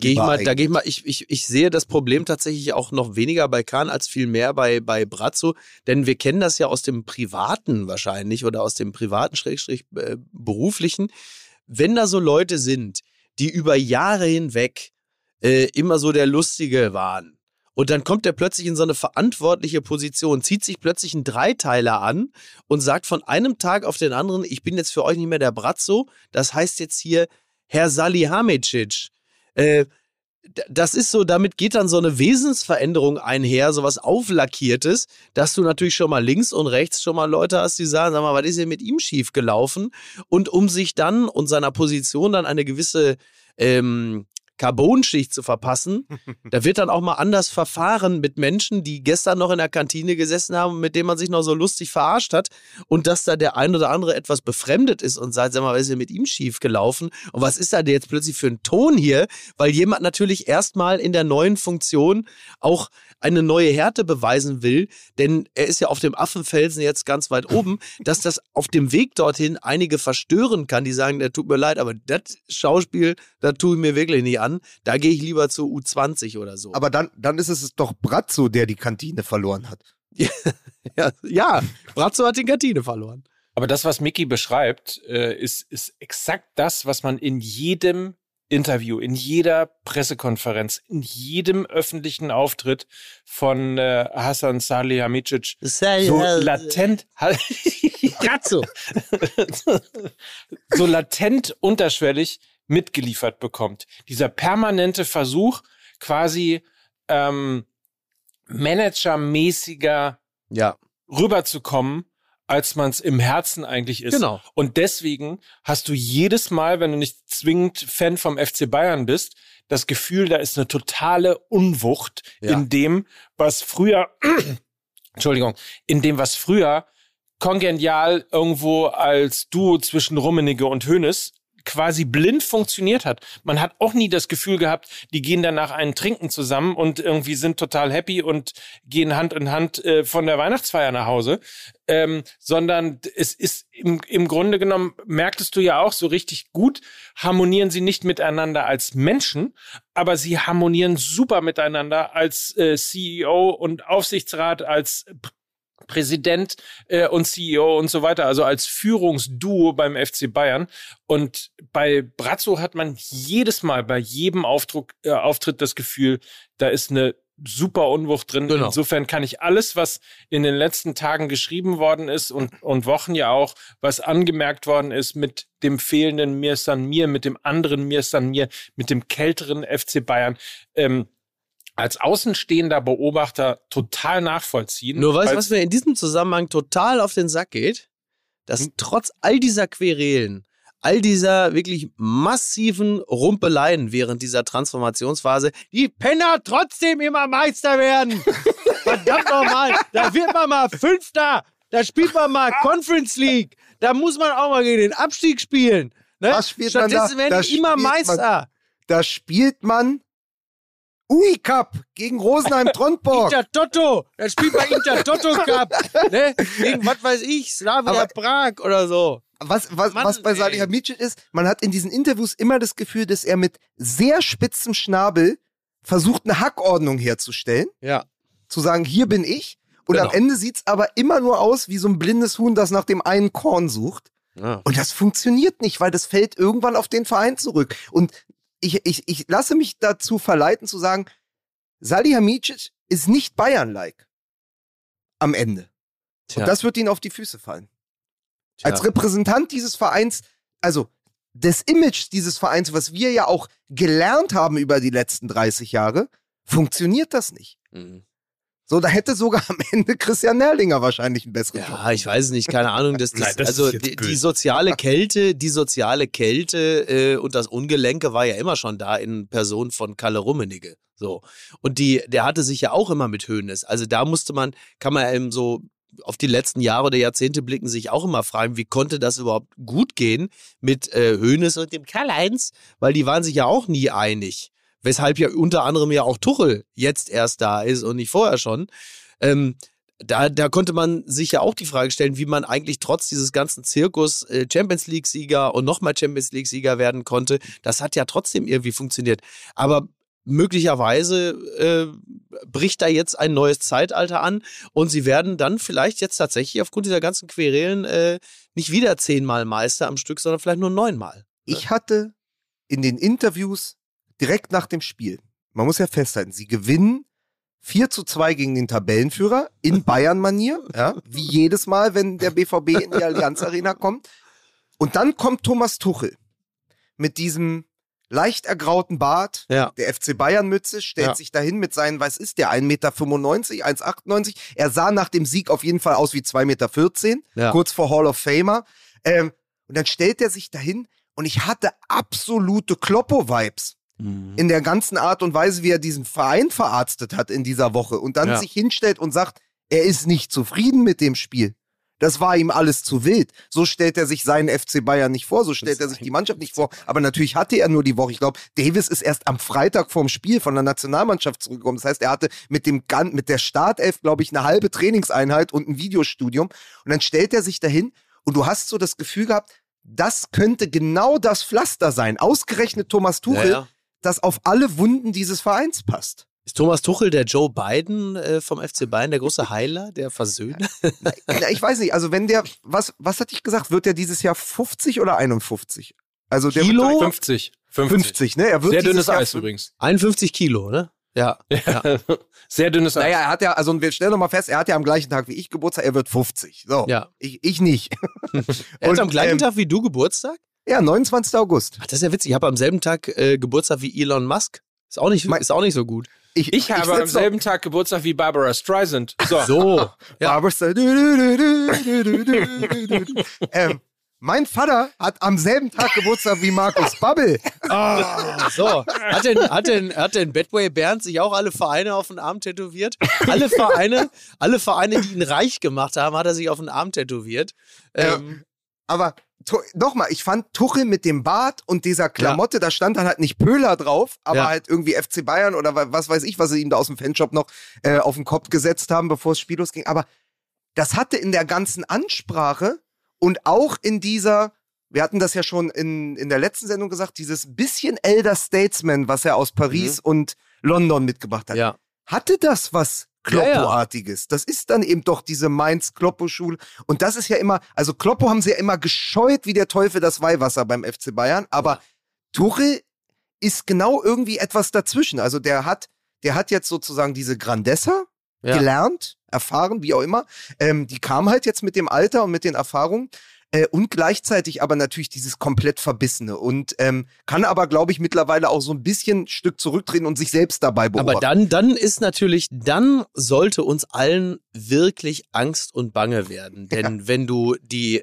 ich sehe das Problem tatsächlich auch noch weniger bei Kahn als viel mehr bei Brazzo, denn wir kennen das ja aus dem Privaten wahrscheinlich oder aus dem privaten beruflichen. Wenn da so Leute sind, die über Jahre hinweg immer so der Lustige waren, und dann kommt er plötzlich in so eine verantwortliche Position, zieht sich plötzlich einen Dreiteiler an und sagt von einem Tag auf den anderen, ich bin jetzt für euch nicht mehr der Brazzo, das heißt jetzt hier Herr Salihamidzic. Das ist so, damit geht dann so eine Wesensveränderung einher, sowas Auflackiertes, dass du natürlich schon mal links und rechts schon mal Leute hast, die sagen, sag mal, was ist denn mit ihm schief gelaufen? Und um sich dann und seiner Position dann eine gewisse Carbonschicht zu verpassen, da wird dann auch mal anders verfahren mit Menschen, die gestern noch in der Kantine gesessen haben, mit denen man sich noch so lustig verarscht hat, und dass da der ein oder andere etwas befremdet ist und sagt, sag mal, was ist denn mit ihm schief gelaufen und was ist da jetzt plötzlich für ein Ton hier, weil jemand natürlich erstmal in der neuen Funktion auch eine neue Härte beweisen will, denn er ist ja auf dem Affenfelsen jetzt ganz weit oben, dass das auf dem Weg dorthin einige verstören kann, die sagen, der tut mir leid, aber das Schauspiel, das tue ich mir wirklich nicht an, da gehe ich lieber zu U20 oder so. Aber dann ist es doch Brazzo, der die Kantine verloren hat. Ja, Brazzo hat die Kantine verloren. Aber das, was Micky beschreibt, ist exakt das, was man in jedem Interview, in jeder Pressekonferenz, in jedem öffentlichen Auftritt von Hasan Salihamidzic so latent so latent unterschwellig mitgeliefert bekommt. Dieser permanente Versuch, quasi managermäßiger rüberzukommen, als man es im Herzen eigentlich ist. Genau. Und deswegen hast du jedes Mal, wenn du nicht zwingend Fan vom FC Bayern bist, das Gefühl, da ist eine totale Unwucht in dem, was früher kongenial irgendwo als Duo zwischen Rummenigge und Hoeneß quasi blind funktioniert hat. Man hat auch nie das Gefühl gehabt, die gehen danach einen trinken zusammen und irgendwie sind total happy und gehen Hand in Hand von der Weihnachtsfeier nach Hause, sondern es ist im Grunde genommen, merktest du ja auch so richtig gut, harmonieren sie nicht miteinander als Menschen, aber sie harmonieren super miteinander als CEO und Aufsichtsrat, als Präsident und CEO und so weiter, also als Führungsduo beim FC Bayern. Und bei Brazzo hat man jedes Mal bei jedem Auftritt das Gefühl, da ist eine super Unwucht drin. Genau. Insofern kann ich alles, was in den letzten Tagen geschrieben worden ist und Wochen ja auch, was angemerkt worden ist mit dem fehlenden Mir San Mir, mit dem anderen Mir San Mir, mit dem kälteren FC Bayern, als außenstehender Beobachter total nachvollziehen. Nur weißt du, was mir in diesem Zusammenhang total auf den Sack geht? Dass trotz all dieser Querelen, all dieser wirklich massiven Rumpeleien während dieser Transformationsphase, die Penner trotzdem immer Meister werden. Verdammt nochmal, da wird man mal Fünfter, da spielt man mal Conference League, da muss man auch mal gegen den Abstieg spielen. Ne? Was spielt man da? Stattdessen werden die immer Meister. Da spielt man UI Cup gegen Rosenheim-Trondborg. Inter-Toto. Da spielt man Inter-Toto-Cup. Ne? Gegen, was weiß ich, Slavia Prag oder so. Was bei Salihamidzic ist, man hat in diesen Interviews immer das Gefühl, dass er mit sehr spitzem Schnabel versucht, eine Hackordnung herzustellen. Ja. Zu sagen, hier bin ich. Und am Ende sieht's aber immer nur aus wie so ein blindes Huhn, das nach dem einen Korn sucht. Ja. Und das funktioniert nicht, weil das fällt irgendwann auf den Verein zurück. Und ich lasse mich dazu verleiten zu sagen, Salihamidzic ist nicht Bayern-like am Ende. Und das wird ihnen auf die Füße fallen. Als Repräsentant dieses Vereins, also des Images dieses Vereins, was wir ja auch gelernt haben über die letzten 30 Jahre, funktioniert das nicht. Mhm. So, da hätte sogar am Ende Christian Nerlinger wahrscheinlich einen besseren Job. Ja, ich weiß es nicht, keine Ahnung. Die soziale Kälte und das Ungelenke war ja immer schon da in Person von Kalle Rummenigge. So. Und der hatte sich ja auch immer mit Hoeneß. Also da kann man eben so auf die letzten Jahre oder Jahrzehnte blicken, sich auch immer fragen, wie konnte das überhaupt gut gehen mit Hoeneß und dem Karl-Heinz? Weil die waren sich ja auch nie einig. Weshalb ja unter anderem ja auch Tuchel jetzt erst da ist und nicht vorher schon. Da konnte man sich ja auch die Frage stellen, wie man eigentlich trotz dieses ganzen Zirkus Champions League-Sieger und nochmal Champions League-Sieger werden konnte. Das hat ja trotzdem irgendwie funktioniert. Aber möglicherweise bricht da jetzt ein neues Zeitalter an und sie werden dann vielleicht jetzt tatsächlich aufgrund dieser ganzen Querelen nicht wieder 10-mal Meister am Stück, sondern vielleicht nur 9-mal. Ich hatte in den Interviews direkt nach dem Spiel, man muss ja festhalten, sie gewinnen 4:2 gegen den Tabellenführer in Bayern-Manier, ja, wie jedes Mal, wenn der BVB in die Allianz Arena kommt. Und dann kommt Thomas Tuchel mit diesem leicht ergrauten Bart, der FC Bayern-Mütze, stellt sich dahin mit seinen, was ist der, 1,95 Meter, 1,98 Er sah nach dem Sieg auf jeden Fall aus wie 2,14 Meter, kurz vor Hall of Famer. Und dann stellt er sich dahin und ich hatte absolute Kloppo-Vibes. In der ganzen Art und Weise, wie er diesen Verein verarztet hat in dieser Woche und dann sich hinstellt und sagt, er ist nicht zufrieden mit dem Spiel. Das war ihm alles zu wild. So stellt er sich seinen FC Bayern nicht vor, so stellt er sich die Mannschaft nicht vor. Aber natürlich hatte er nur die Woche. Ich glaube, Davis ist erst am Freitag vorm Spiel von der Nationalmannschaft zurückgekommen. Das heißt, er hatte mit der Startelf, glaube ich, eine halbe Trainingseinheit und ein Videostudium. Und dann stellt er sich dahin und du hast so das Gefühl gehabt, das könnte genau das Pflaster sein. Ausgerechnet Thomas Tuchel, das auf alle Wunden dieses Vereins passt. Ist Thomas Tuchel der Joe Biden vom FC Bayern, der große Heiler, der Versöhner? Ich weiß nicht, also wenn der, was hatte ich gesagt, wird der dieses Jahr 50 oder 51? Also der Kilo? wird 50. 50, ne? Er wird sehr dünnes Jahr Eis übrigens. 51 Kilo, ne? Ja. Sehr dünnes Eis. Naja, er hat ja, also wir stellen noch mal fest, er hat ja am gleichen Tag wie ich Geburtstag, er wird 50. So, Ja. ich nicht. Er hat am gleichen Tag wie du Geburtstag? Ja, 29. August. Ach, das ist ja witzig. Ich habe am selben Tag Geburtstag wie Elon Musk. Ist auch nicht so gut. Ich habe am selben Tag Geburtstag wie Barbara Streisand. So. Ja. Barbara mein Vater hat am selben Tag Geburtstag wie Markus Babbel. So. Hat denn Badway Bernd sich auch alle Vereine auf den Arm tätowiert? Alle Vereine, die ihn reich gemacht haben, hat er sich auf den Arm tätowiert. Aber nochmal, ich fand Tuchel mit dem Bart und dieser Klamotte, da stand dann halt nicht Pöhler drauf, aber halt irgendwie FC Bayern oder was weiß ich, was sie ihm da aus dem Fanshop noch auf den Kopf gesetzt haben, bevor es spiellos ging. Aber das hatte in der ganzen Ansprache und auch in dieser, wir hatten das ja schon in der letzten Sendung gesagt, dieses bisschen Elder Statesman, was er aus Paris und London mitgebracht hat. Ja. Hatte das was Kloppo-artiges. Das ist dann eben doch diese Mainz-Kloppo-Schule. Und das ist ja immer, also Kloppo haben sie ja immer gescheut wie der Teufel das Weihwasser beim FC Bayern, aber Tuchel ist genau irgendwie etwas dazwischen. Also der hat jetzt sozusagen diese Grandezza gelernt, erfahren, wie auch immer. Die kam halt jetzt mit dem Alter und mit den Erfahrungen. Und gleichzeitig aber natürlich dieses komplett Verbissene und kann aber, glaube ich, mittlerweile auch so ein bisschen Stück zurückdrehen und sich selbst dabei beobachten. Aber dann sollte uns allen wirklich Angst und Bange werden. Denn wenn du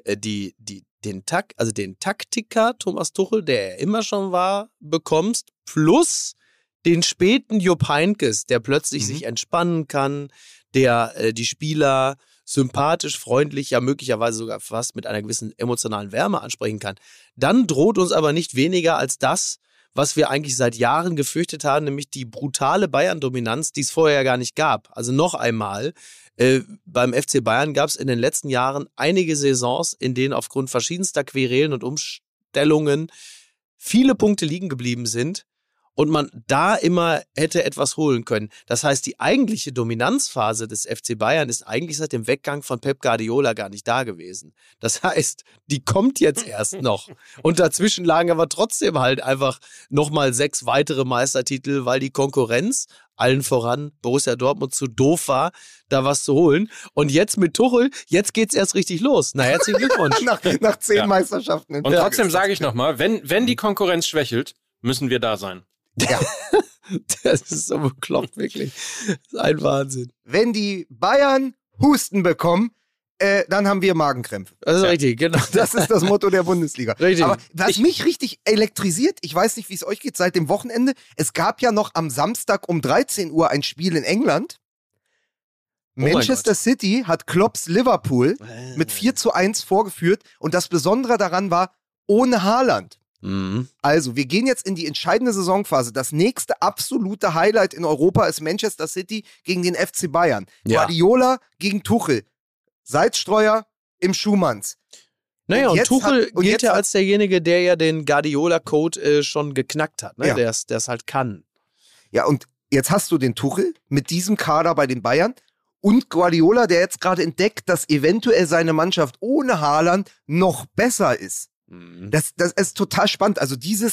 den Taktiker Thomas Tuchel, der er immer schon war, bekommst, plus den späten Jupp Heynckes, der plötzlich sich entspannen kann, der die Spieler sympathisch, freundlich, ja möglicherweise sogar fast mit einer gewissen emotionalen Wärme ansprechen kann, dann droht uns aber nicht weniger als das, was wir eigentlich seit Jahren gefürchtet haben, nämlich die brutale Bayern-Dominanz, die es vorher ja gar nicht gab. Also noch einmal, beim FC Bayern gab es in den letzten Jahren einige Saisons, in denen aufgrund verschiedenster Querelen und Umstellungen viele Punkte liegen geblieben sind und man da immer hätte etwas holen können. Das heißt, die eigentliche Dominanzphase des FC Bayern ist eigentlich seit dem Weggang von Pep Guardiola gar nicht da gewesen. Das heißt, die kommt jetzt erst noch. Und dazwischen lagen aber trotzdem halt einfach nochmal 6 weitere Meistertitel, weil die Konkurrenz, allen voran Borussia Dortmund, zu doof war, da was zu holen. Und jetzt mit Tuchel, jetzt geht's erst richtig los. Na, herzlichen Glückwunsch. nach 10 Meisterschaften. Und trotzdem sage ich nochmal, wenn die Konkurrenz schwächelt, müssen wir da sein. Ja. Das ist so bekloppt, wirklich. Das ist ein Wahnsinn. Wenn die Bayern Husten bekommen, dann haben wir Magenkrämpfe. Das ist richtig, genau. Das ist das Motto der Bundesliga. Richtig. Aber was mich richtig elektrisiert, ich weiß nicht, wie es euch geht, seit dem Wochenende, es gab ja noch am Samstag um 13 Uhr ein Spiel in England. Manchester City hat Klopps Liverpool mit 4:1 vorgeführt und das Besondere daran war, ohne Haaland. Also, wir gehen jetzt in die entscheidende Saisonphase. Das nächste absolute Highlight in Europa ist Manchester City gegen den FC Bayern. Ja. Guardiola gegen Tuchel. Salzstreuer im Schumanns. Naja, und Tuchel gilt ja als derjenige, der ja den Guardiola-Code schon geknackt hat, ne? Ja. Der es halt kann. Ja, und jetzt hast du den Tuchel mit diesem Kader bei den Bayern und Guardiola, der jetzt gerade entdeckt, dass eventuell seine Mannschaft ohne Haaland noch besser ist. Das ist total spannend. Also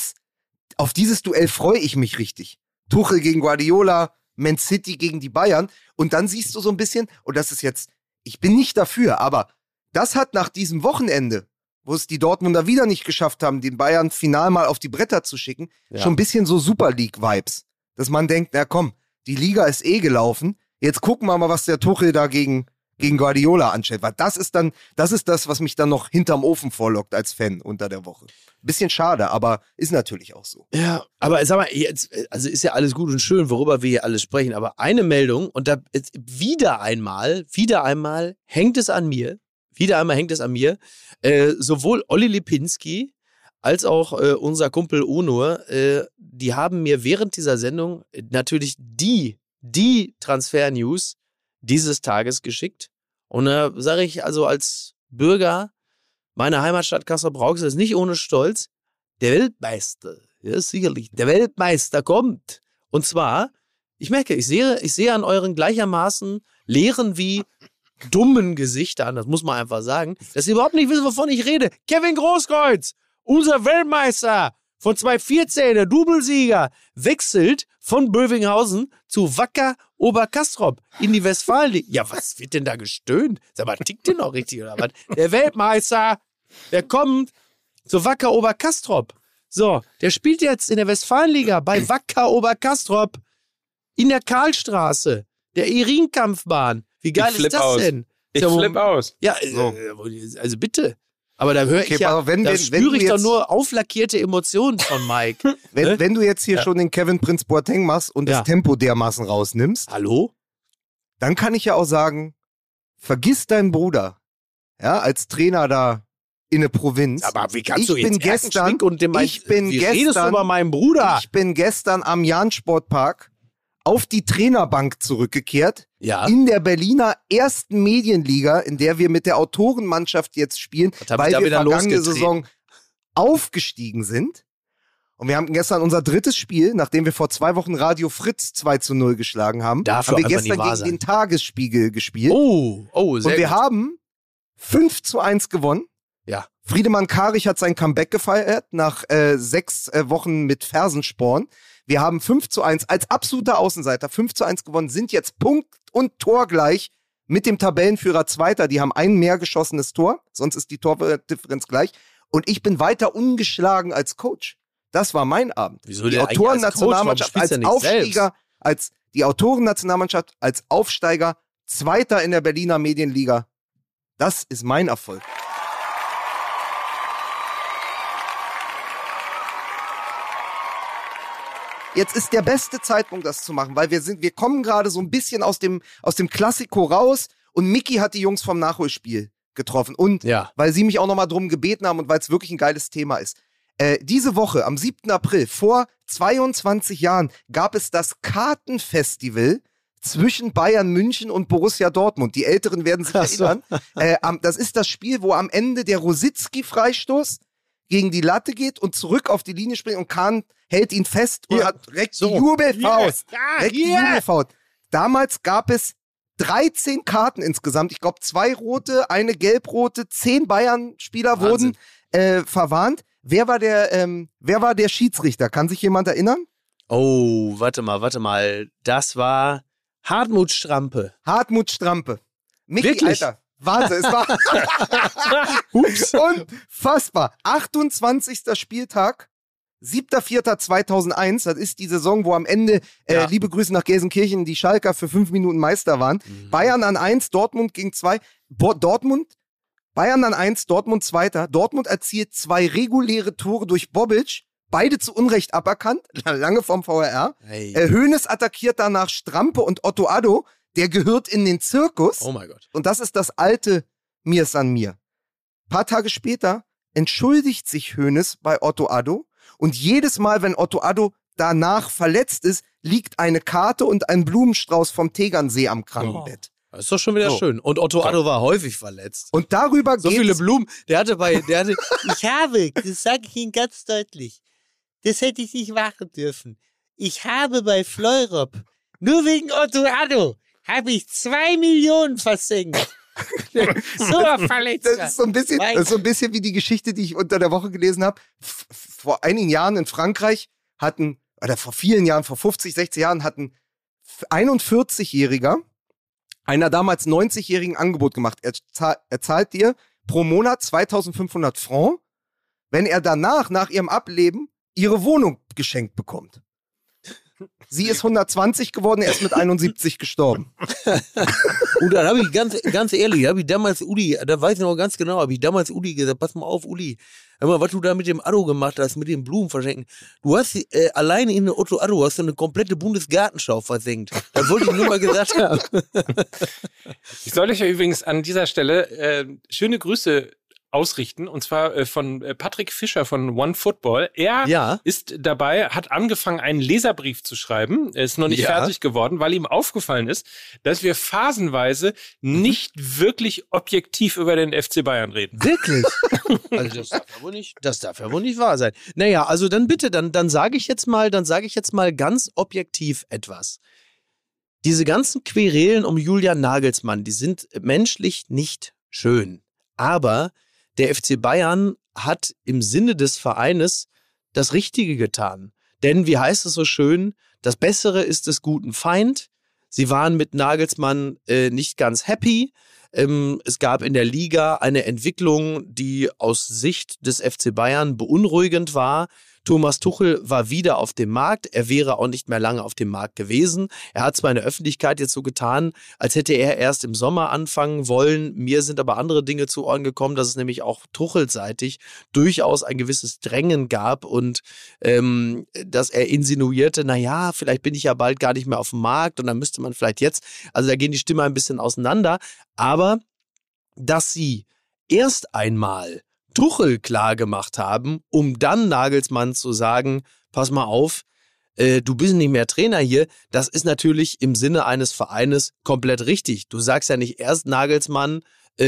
auf dieses Duell freue ich mich richtig. Tuchel gegen Guardiola, Man City gegen die Bayern. Und dann siehst du so ein bisschen, und das ist jetzt, ich bin nicht dafür, aber das hat nach diesem Wochenende, wo es die Dortmunder wieder nicht geschafft haben, den Bayern final mal auf die Bretter zu schicken, schon ein bisschen so Super League-Vibes. Dass man denkt, na komm, die Liga ist gelaufen. Jetzt gucken wir mal, was der Tuchel da gegen Guardiola anstellt. Weil das ist das, was mich dann noch hinterm Ofen vorlockt als Fan unter der Woche. Bisschen schade, aber ist natürlich auch so. Ja, aber sag mal, jetzt, also ist ja alles gut und schön, worüber wir hier alles sprechen, aber eine Meldung, und da wieder einmal hängt es an mir, sowohl Olli Lipinski als auch unser Kumpel Onur, die haben mir während dieser Sendung natürlich die Transfer-News dieses Tages geschickt. Und da sage ich also als Bürger meiner Heimatstadt Kassel-Brauxel ist nicht ohne Stolz, der Weltmeister, ja sicherlich, der Weltmeister kommt. Und zwar, ich merke, ich sehe an euren gleichermaßen leeren wie dummen Gesichtern, das muss man einfach sagen, dass ihr überhaupt nicht wisst, wovon ich rede. Kevin Großkreuz, unser Weltmeister, von 2014, der Doublesieger, wechselt von Bövinghausen zu Wacker Oberkastrop in die Westfalenliga. Ja, was wird denn da gestöhnt? Sag mal, tickt denn noch richtig oder was? Der Weltmeister, der kommt zu Wacker Oberkastrop. So, der spielt jetzt in der Westfalenliga bei Wacker Oberkastrop in der Karlstraße, der Irinkampfbahn. Wie geil ist das denn? Ich flipp aus. Ja, also bitte. Aber da höre ich ja, da spüre ich doch nur auflackierte Emotionen von Mike. Wenn du jetzt hier schon den Kevin Prince Boateng machst und das Tempo dermaßen rausnimmst, hallo? Dann kann ich ja auch sagen, vergiss deinen Bruder, ja, als Trainer da in der Provinz. Aber wie kannst du jetzt redest du über meinen Bruder? Ich bin gestern am Jahn-Sportpark auf die Trainerbank zurückgekehrt, in der Berliner ersten Medienliga, in der wir mit der Autorenmannschaft jetzt spielen, weil wir vergangene Saison aufgestiegen sind. Und wir haben gestern unser drittes Spiel, nachdem wir vor 2 Wochen Radio Fritz 2-0 geschlagen haben, haben wir gestern gegen den Tagesspiegel gespielt. Oh, sehr Und wir haben 5-1 gewonnen. Ja. Friedemann Karich hat sein Comeback gefeiert nach 6 Wochen mit Fersensporn. Wir haben 5-1 als absoluter Außenseiter 5-1 gewonnen, sind jetzt Punkt und Tor gleich mit dem Tabellenführer Zweiter. Die haben ein mehr geschossenes Tor, sonst ist die Tordifferenz gleich. Und ich bin weiter ungeschlagen als Coach. Das war mein Abend. Wieso die Autorennationalmannschaft als Aufsteiger, die Autorennationalmannschaft als Aufsteiger, Zweiter in der Berliner Medienliga. Das ist mein Erfolg. Jetzt ist der beste Zeitpunkt, das zu machen, weil wir kommen gerade so ein bisschen aus dem Klassiko raus und Micky hat die Jungs vom Nachholspiel getroffen. Und weil sie mich auch nochmal drum gebeten haben und weil es wirklich ein geiles Thema ist. Diese Woche, am 7. April, vor 22 Jahren, gab es das Kartenfestival zwischen Bayern München und Borussia Dortmund. Die Älteren werden sich erinnern. Das ist das Spiel, wo am Ende der Rositzky-Freistoß gegen die Latte geht und zurück auf die Linie springt und Kahn hält ihn fest und hat direkt die Jubelfaust. Damals gab es 13 Karten insgesamt. Ich glaube 2 rote, eine gelb-rote, 10 Bayern-Spieler wurden verwarnt. Wer war der Schiedsrichter? Kann sich jemand erinnern? Oh, warte mal. Das war Hartmut Strampe. Micky, wirklich? Alter. Warte, es war Ups. Unfassbar. 28. Spieltag, 7.4.2001, das ist die Saison, wo am Ende, liebe Grüße nach Gelsenkirchen, die Schalker für 5 Minuten Meister waren. Bayern an 1, Dortmund gegen 2. Bayern an 1, Dortmund Zweiter. Dortmund erzielt 2 reguläre Tore durch Bobic, beide zu Unrecht aberkannt, lange vom VAR. Hey. Hoeneß attackiert danach Strampe und Otto Addo. Der gehört in den Zirkus. Oh mein Gott. Und das ist das alte Mir ist an mir. Ein paar Tage später entschuldigt sich Hoeneß bei Otto Addo. Und jedes Mal, wenn Otto Addo danach verletzt ist, liegt eine Karte und ein Blumenstrauß vom Tegernsee am Krankenbett. Das ist doch schon wieder schön. Und Otto Addo war häufig verletzt. Und darüber so viele Blumen. Der hatte das sage ich Ihnen ganz deutlich, das hätte ich nicht machen dürfen. Ich habe bei Fleurop, nur wegen Otto Addo, habe ich 2 Millionen versenkt. So ein Verletzter. Das ist so ein bisschen wie die Geschichte, die ich unter der Woche gelesen habe. Vor einigen Jahren in Frankreich vor vielen Jahren, vor 50, 60 Jahren, hat ein 41-Jähriger einer damals 90-Jährigen Angebot gemacht. Er zahlt dir pro Monat 2.500 Francs, wenn er danach, nach ihrem Ableben, ihre Wohnung geschenkt bekommt. Sie ist 120 geworden, er ist mit 71 gestorben. Und dann habe ich ganz ehrlich, da weiß ich noch ganz genau, habe ich damals Uli gesagt, pass mal auf, Uli, hör mal, was du da mit dem Addo gemacht hast, mit den Blumen verschenken. Du hast alleine in der Otto Addo hast du eine komplette Bundesgartenschau versenkt. Das wollte ich nur mal gesagt haben. Ich soll euch ja übrigens an dieser Stelle schöne Grüße ausrichten, und zwar von Patrick Fischer von OneFootball. Er ist dabei, hat angefangen, einen Leserbrief zu schreiben. Er ist noch nicht fertig geworden, weil ihm aufgefallen ist, dass wir phasenweise nicht wirklich objektiv über den FC Bayern reden. Wirklich? Also das darf ja wohl nicht wahr sein. Naja, also dann bitte, dann sage ich jetzt mal ganz objektiv etwas. Diese ganzen Querelen um Julian Nagelsmann, die sind menschlich nicht schön. Aber der FC Bayern hat im Sinne des Vereines das Richtige getan. Denn, wie heißt es so schön, das Bessere ist des guten Feind. Sie waren mit Nagelsmann nicht ganz happy. Es gab in der Liga eine Entwicklung, die aus Sicht des FC Bayern beunruhigend war. Thomas Tuchel war wieder auf dem Markt. Er wäre auch nicht mehr lange auf dem Markt gewesen. Er hat zwar in der Öffentlichkeit jetzt so getan, als hätte er erst im Sommer anfangen wollen. Mir sind aber andere Dinge zu Ohren gekommen, dass es nämlich auch tuchelseitig durchaus ein gewisses Drängen gab und dass er insinuierte, naja, vielleicht bin ich ja bald gar nicht mehr auf dem Markt und dann müsste man vielleicht jetzt, also da gehen die Stimmen ein bisschen auseinander. Aber dass sie erst einmal Tuchel klar gemacht haben, um dann Nagelsmann zu sagen, pass mal auf, du bist nicht mehr Trainer hier, das ist natürlich im Sinne eines Vereines komplett richtig. Du sagst ja nicht erst Nagelsmann,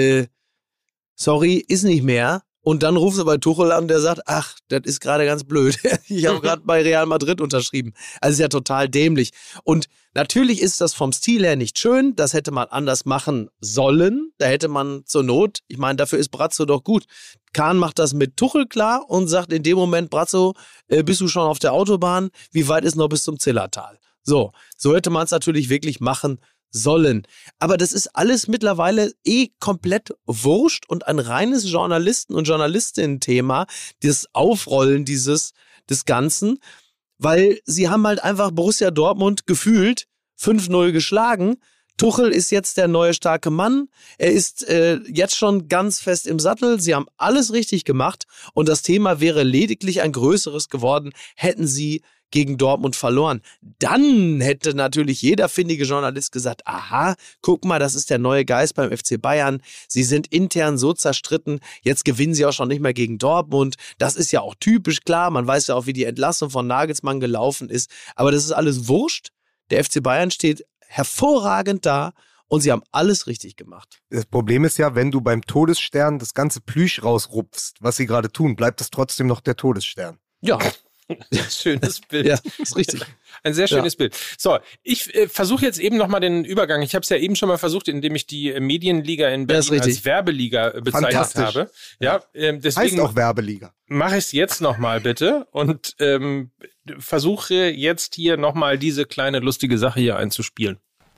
sorry, ist nicht mehr. Und dann rufst du bei Tuchel an, der sagt, ach, das ist gerade ganz blöd. Ich habe gerade bei Real Madrid unterschrieben. Also ist ja total dämlich. Und natürlich ist das vom Stil her nicht schön. Das hätte man anders machen sollen. Da hätte man zur Not, ich meine, dafür ist Brazzo doch gut. Kahn macht das mit Tuchel klar und sagt in dem Moment, Brazzo, bist du schon auf der Autobahn? Wie weit ist noch bis zum Zillertal? So hätte man es natürlich wirklich machen sollen. Aber das ist alles mittlerweile komplett wurscht und ein reines Journalisten- und Journalistinnen-Thema, das Aufrollen des Ganzen, weil sie haben halt einfach Borussia Dortmund gefühlt 5-0 geschlagen. Tuchel ist jetzt der neue starke Mann. Er ist jetzt schon ganz fest im Sattel. Sie haben alles richtig gemacht und das Thema wäre lediglich ein größeres geworden, hätten sie gegen Dortmund verloren. Dann hätte natürlich jeder findige Journalist gesagt, aha, guck mal, das ist der neue Geist beim FC Bayern. Sie sind intern so zerstritten, jetzt gewinnen sie auch schon nicht mehr gegen Dortmund. Das ist ja auch typisch, klar, man weiß ja auch, wie die Entlassung von Nagelsmann gelaufen ist. Aber das ist alles wurscht. Der FC Bayern steht hervorragend da und sie haben alles richtig gemacht. Das Problem ist ja, wenn du beim Todesstern das ganze Plüsch rausrupfst, was sie gerade tun, bleibt das trotzdem noch der Todesstern. Ja. Schönes Bild. Ja, ist richtig. Ein sehr schönes Bild. So, ich versuche jetzt eben nochmal den Übergang. Ich habe es ja eben schon mal versucht, indem ich die Medienliga in Berlin als Werbeliga bezeichnet habe. Ja, deswegen heißt auch Werbeliga. Mache ich es jetzt nochmal bitte und versuche jetzt hier nochmal diese kleine lustige Sache hier einzuspielen.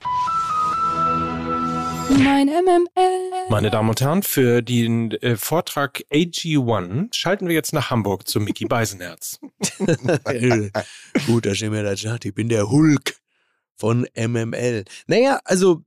Mein MML. Meine Damen und Herren, für den Vortrag AG1 schalten wir jetzt nach Hamburg zu Micky Beisenherz. Gut, dass ihr mir das sagt. Ich bin der Hulk von MML. Naja, also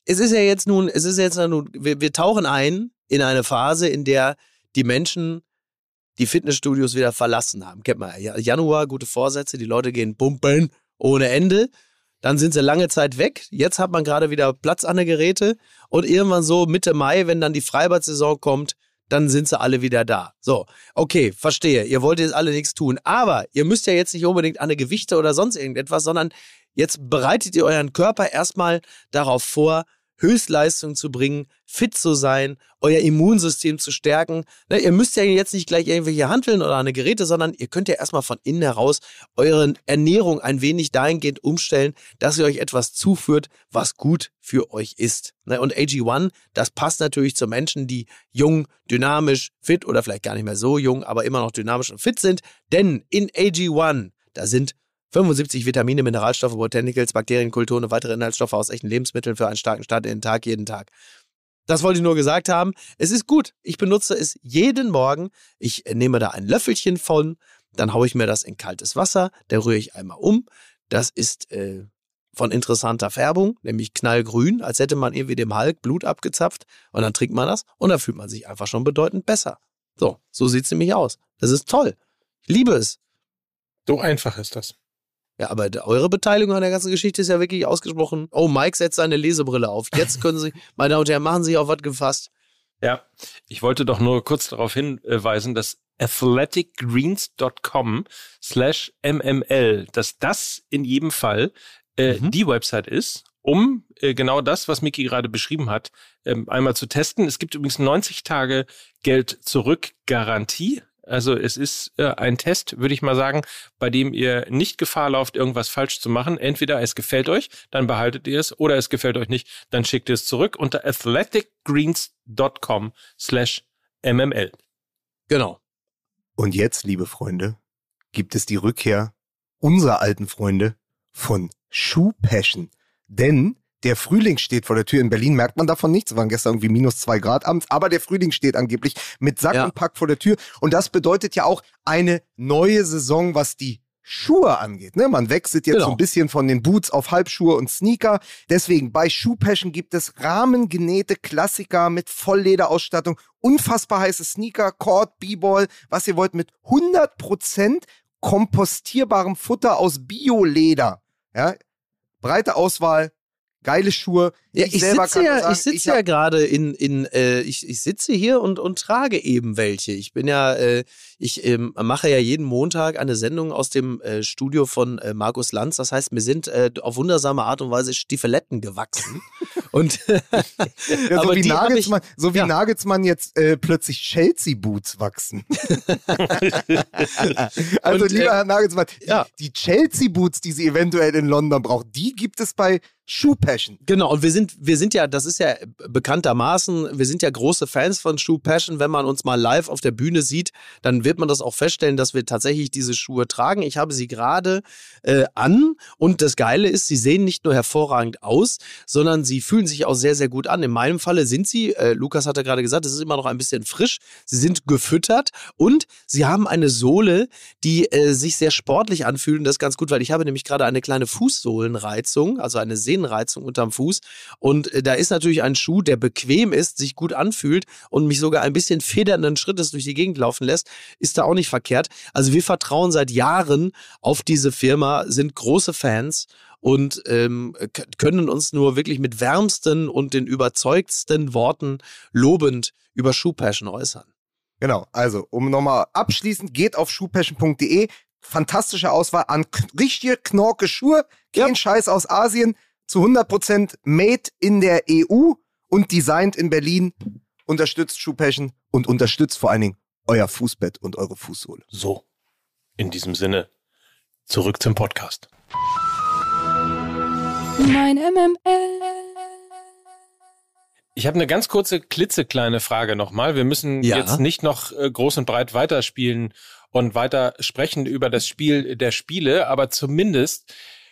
wir tauchen ein in eine Phase, in der die Menschen die Fitnessstudios wieder verlassen haben. Kennt man ja. Januar, gute Vorsätze, die Leute gehen pumpen ohne Ende. Dann sind sie lange Zeit weg. Jetzt hat man gerade wieder Platz an den Geräte. Und irgendwann so Mitte Mai, wenn dann die Freibad-Saison kommt, dann sind sie alle wieder da. So, okay, verstehe. Ihr wollt jetzt alle nichts tun. Aber ihr müsst ja jetzt nicht unbedingt an eine Gewichte oder sonst irgendetwas, sondern jetzt bereitet ihr euren Körper erstmal darauf vor, Höchstleistung zu bringen, fit zu sein, euer Immunsystem zu stärken. Ne, ihr müsst ja jetzt nicht gleich irgendwelche Hanteln oder eine Geräte, sondern ihr könnt ja erstmal von innen heraus eure Ernährung ein wenig dahingehend umstellen, dass ihr euch etwas zuführt, was gut für euch ist. Ne, und AG1, das passt natürlich zu Menschen, die jung, dynamisch, fit oder vielleicht gar nicht mehr so jung, aber immer noch dynamisch und fit sind. Denn in AG1, da sind 75 Vitamine, Mineralstoffe, Botanicals, Bakterienkulturen und weitere Inhaltsstoffe aus echten Lebensmitteln für einen starken Start in den Tag, jeden Tag. Das wollte ich nur gesagt haben. Es ist gut. Ich benutze es jeden Morgen. Ich nehme da ein Löffelchen von, dann haue ich mir das in kaltes Wasser, dann rühre ich einmal um. Das ist von interessanter Färbung, nämlich knallgrün, als hätte man irgendwie dem Hulk Blut abgezapft und dann trinkt man das und dann fühlt man sich einfach schon bedeutend besser. So sieht es nämlich aus. Das ist toll. Ich liebe es. So einfach ist das. Ja, aber eure Beteiligung an der ganzen Geschichte ist ja wirklich ausgesprochen. Oh, Mike setzt seine Lesebrille auf. Jetzt können Sie, meine Damen und Herren, machen Sie sich auf was gefasst. Ja, ich wollte doch nur kurz darauf hinweisen, dass athleticgreens.com/mml, dass das in jedem Fall die Website ist, um genau das, was Micky gerade beschrieben hat, einmal zu testen. Es gibt übrigens 90 Tage Geld-Zurück-Garantie. Also es ist ein Test, würde ich mal sagen, bei dem ihr nicht Gefahr lauft, irgendwas falsch zu machen. Entweder es gefällt euch, dann behaltet ihr es, oder es gefällt euch nicht, dann schickt ihr es zurück unter athleticgreens.com/mml. Genau. Und jetzt, liebe Freunde, gibt es die Rückkehr unserer alten Freunde von Shoe Passion. Denn der Frühling steht vor der Tür. In Berlin merkt man davon nichts. Es waren gestern irgendwie -2 Grad abends. Aber der Frühling steht angeblich mit Sack und Pack vor der Tür. Und das bedeutet ja auch eine neue Saison, was die Schuhe angeht. Ne? Man wechselt jetzt so ein bisschen von den Boots auf Halbschuhe und Sneaker. Deswegen bei Shoe Passion gibt es rahmengenähte Klassiker mit Volllederausstattung, unfassbar heiße Sneaker, Cord, B-Ball, was ihr wollt, mit 100% kompostierbarem Futter aus Bio-Leder. Ja? Breite Auswahl, geile Schuhe. Ich sitze ja gerade ich sitze hier und trage eben welche. Ich bin ja, ich mache ja jeden Montag eine Sendung aus dem Studio von Markus Lanz. Das heißt, mir sind auf wundersame Art und Weise Stiefeletten gewachsen. Und ja, so wie Nagelsmann jetzt plötzlich Chelsea-Boots wachsen. Also und, lieber Herr Nagelsmann, die Chelsea-Boots, die Sie eventuell in London brauchen, die gibt es bei Shoe Passion. Genau, und wir sind ja, das ist ja bekanntermaßen, wir sind ja große Fans von Shoe Passion. Wenn man uns mal live auf der Bühne sieht, dann wird man das auch feststellen, dass wir tatsächlich diese Schuhe tragen. Ich habe sie gerade an und das Geile ist, sie sehen nicht nur hervorragend aus, sondern sie fühlen sich auch sehr, sehr gut an. In meinem Falle sind sie, Lukas hatte gerade gesagt, es ist immer noch ein bisschen frisch, sie sind gefüttert und sie haben eine Sohle, die sich sehr sportlich anfühlt und das ist ganz gut, weil ich habe nämlich gerade eine kleine Fußsohlenreizung, also eine Sehnenreizung unterm Fuß und da ist natürlich ein Schuh, der bequem ist, sich gut anfühlt und mich sogar ein bisschen federnden Schrittes durch die Gegend laufen lässt, ist da auch nicht verkehrt. Also wir vertrauen seit Jahren auf diese Firma, sind große Fans und können uns nur wirklich mit wärmsten und den überzeugtsten Worten lobend über Shoe Passion äußern. Genau, also um nochmal abschließend, geht auf shoepassion.de, fantastische Auswahl an richtige knorke Schuhe, kein Scheiß aus Asien, zu 100% made in der EU und designed in Berlin. Unterstützt Shoe Passion und unterstützt vor allen Dingen euer Fußbett und eure Fußsohle. So, in diesem Sinne, zurück zum Podcast. Mein MML. Ich habe eine ganz kurze, klitzekleine Frage nochmal. Wir müssen jetzt nicht noch groß und breit weiterspielen und weiter sprechen über das Spiel der Spiele, aber zumindest...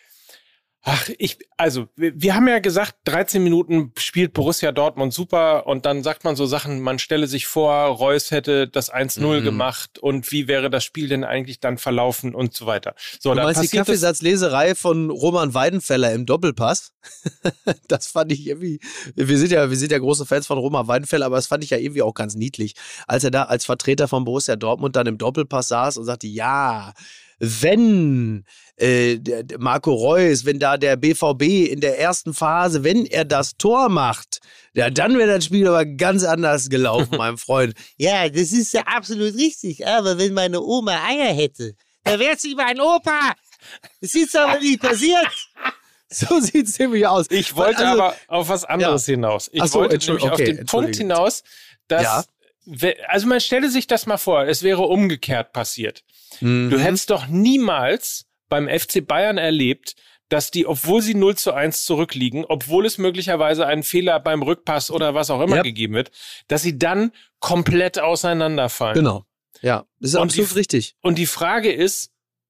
wir haben ja gesagt, 13 Minuten spielt Borussia Dortmund super und dann sagt man so Sachen, man stelle sich vor, Reus hätte das 1-0 gemacht und wie wäre das Spiel denn eigentlich dann verlaufen und so weiter. So, du meinst die Kaffeesatzleserei von Roman Weidenfeller im Doppelpass? Das fand ich irgendwie, wir sind ja große Fans von Roman Weidenfeller, aber das fand ich ja irgendwie auch ganz niedlich, als er da als Vertreter von Borussia Dortmund dann im Doppelpass saß und sagte, ja, wenn Marco Reus, wenn da der BVB in der ersten Phase, wenn er das Tor macht, ja, dann wäre das Spiel aber ganz anders gelaufen, mein Freund. Ja, das ist ja absolut richtig, aber wenn meine Oma Eier hätte, dann wäre sie mein Opa. Das ist aber nie passiert. So sieht es nämlich aus. Ich wollte aber auf was anderes hinaus. Ich wollte nämlich auf den Punkt hinaus, dass, also man stelle sich das mal vor, es wäre umgekehrt passiert. Du hättest doch niemals beim FC Bayern erlebt, dass die, obwohl sie 0-1 zurückliegen, obwohl es möglicherweise einen Fehler beim Rückpass oder was auch immer gegeben wird, dass sie dann komplett auseinanderfallen. Genau. Ja, das ist absolut richtig. Und die Frage ist,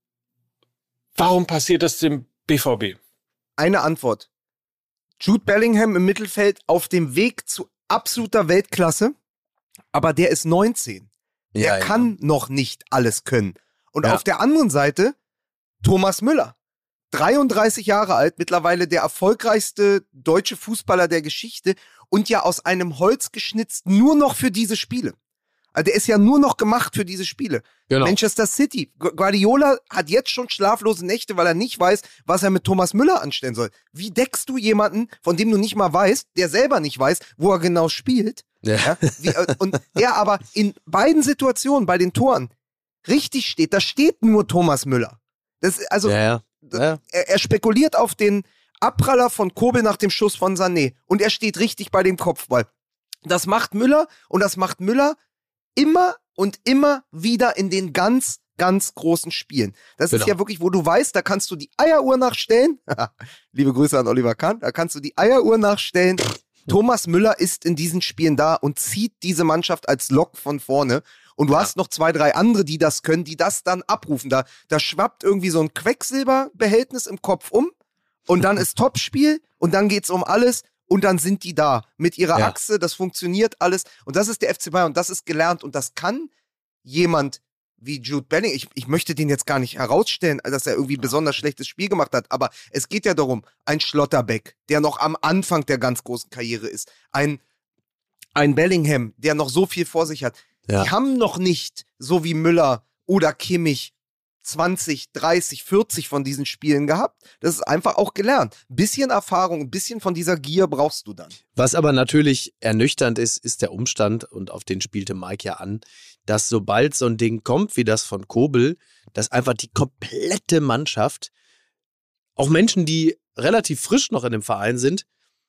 warum passiert das dem BVB? Eine Antwort. Jude Bellingham im Mittelfeld auf dem Weg zu absoluter Weltklasse, aber der ist 19. Der kann noch nicht alles können. Und auf der anderen Seite Thomas Müller, 33 Jahre alt, mittlerweile der erfolgreichste deutsche Fußballer der Geschichte und ja aus einem Holz geschnitzt nur noch für diese Spiele. Also der ist ja nur noch gemacht für diese Spiele. Genau. Manchester City, Guardiola hat jetzt schon schlaflose Nächte, weil er nicht weiß, was er mit Thomas Müller anstellen soll. Wie deckst du jemanden, von dem du nicht mal weißt, der selber nicht weiß, wo er genau spielt? Ja? Und er aber in beiden Situationen, bei den Toren, richtig steht, da steht nur Thomas Müller. Das, also, Er spekuliert auf den Abpraller von Kobel nach dem Schuss von Sané und er steht richtig bei dem Kopfball. Das macht Müller und das macht Müller immer und immer wieder in den ganz, ganz großen Spielen. Das ist ja wirklich, wo du weißt, da kannst du die Eieruhr nachstellen. Liebe Grüße an Oliver Kahn. Da kannst du die Eieruhr nachstellen. Thomas Müller ist in diesen Spielen da und zieht diese Mannschaft als Lok von vorne. Und du hast noch 2, 3 andere, die das können, die das dann abrufen. Da schwappt irgendwie so ein Quecksilberbehältnis im Kopf um und dann ist Topspiel und dann geht's um alles und dann sind die da mit ihrer Achse, das funktioniert alles. Und das ist der FC Bayern und das ist gelernt und das kann jemand wie Jude Bellingham, ich möchte den jetzt gar nicht herausstellen, dass er irgendwie besonders schlechtes Spiel gemacht hat, aber es geht ja darum, ein Schlotterbeck, der noch am Anfang der ganz großen Karriere ist, ein Bellingham, der noch so viel vor sich hat, die haben noch nicht, so wie Müller oder Kimmich, 20, 30, 40 von diesen Spielen gehabt. Das ist einfach auch gelernt. Ein bisschen Erfahrung, ein bisschen von dieser Gier brauchst du dann. Was aber natürlich ernüchternd ist, ist der Umstand, und auf den spielte Mike ja an, dass sobald so ein Ding kommt, wie das von Kobel, dass einfach die komplette Mannschaft, auch Menschen, die relativ frisch noch in dem Verein sind,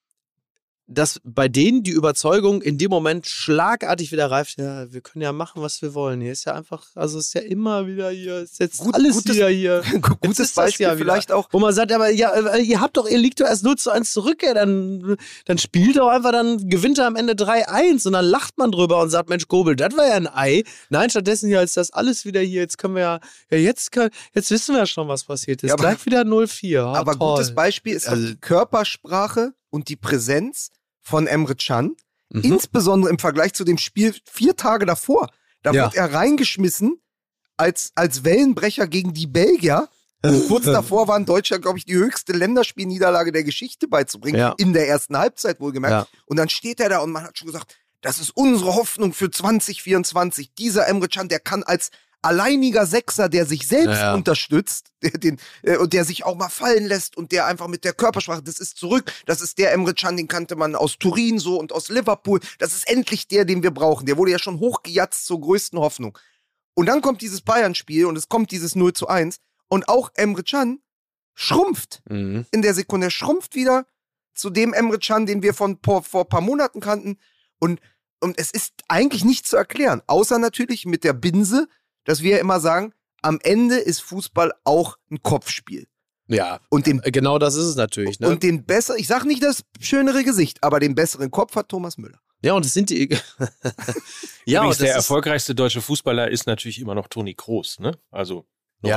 dass bei denen die Überzeugung in dem Moment schlagartig wieder reift, ja, wir können ja machen, was wir wollen. Hier ist ja einfach, also ist ja immer wieder hier, ist jetzt alles wieder hier. Gutes Beispiel vielleicht auch. Wo man sagt, aber ja, ihr liegt doch erst 0-1 zurück, ey, dann spielt doch einfach, dann gewinnt er am Ende 3-1 und dann lacht man drüber und sagt, Mensch, Kobel, das war ja ein Ei. Nein, stattdessen hier ist das alles wieder hier, jetzt können wir jetzt wissen wir ja schon, was passiert ist. Gleich wieder 0-4. Oh, aber toll. Gutes Beispiel ist also die Körpersprache und die Präsenz von Emre Can, insbesondere im Vergleich zu dem Spiel 4 Tage davor. Da wird er reingeschmissen als Wellenbrecher gegen die Belgier. Kurz davor war in Deutschland, glaube ich, die höchste Länderspielniederlage der Geschichte beizubringen, in der ersten Halbzeit wohlgemerkt. Ja. Und dann steht er da und man hat schon gesagt, das ist unsere Hoffnung für 2024. Dieser Emre Can, der kann als alleiniger Sechser, der sich selbst unterstützt, und der sich auch mal fallen lässt und der einfach mit der Körpersprache, das ist zurück, das ist der Emre Can, den kannte man aus Turin so und aus Liverpool, das ist endlich der, den wir brauchen, der wurde ja schon hochgejatzt zur größten Hoffnung. Und dann kommt dieses Bayern-Spiel und es kommt dieses 0-1 und auch Emre Can schrumpft in der Sekunde, er schrumpft wieder zu dem Emre Can, den wir vor ein paar Monaten kannten und es ist eigentlich nicht zu erklären, außer natürlich mit der Binse, dass wir ja immer sagen, am Ende ist Fußball auch ein Kopfspiel. Ja, und genau das ist es natürlich. Ne? Und ich sag nicht das schönere Gesicht, aber den besseren Kopf hat Thomas Müller. Ja, und es sind die... Übrigens, der erfolgreichste deutsche Fußballer ist natürlich immer noch Toni Kroos, ne? Also...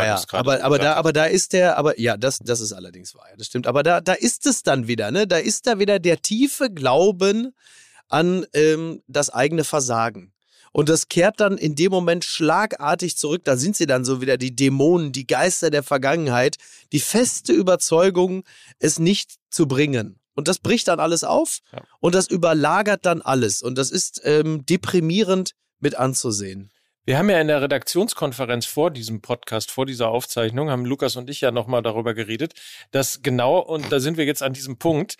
aber da ist der, das ist allerdings wahr, das stimmt. Aber da ist es dann wieder, ne? Da ist da wieder der tiefe Glauben an das eigene Versagen. Und das kehrt dann in dem Moment schlagartig zurück. Da sind sie dann so wieder die Dämonen, die Geister der Vergangenheit, die feste Überzeugung, es nicht zu bringen. Und das bricht dann alles auf und das überlagert dann alles. Und das ist deprimierend mit anzusehen. Wir haben ja in der Redaktionskonferenz vor diesem Podcast, vor dieser Aufzeichnung, haben Lukas und ich ja nochmal darüber geredet, dass genau, und da sind wir jetzt an diesem Punkt,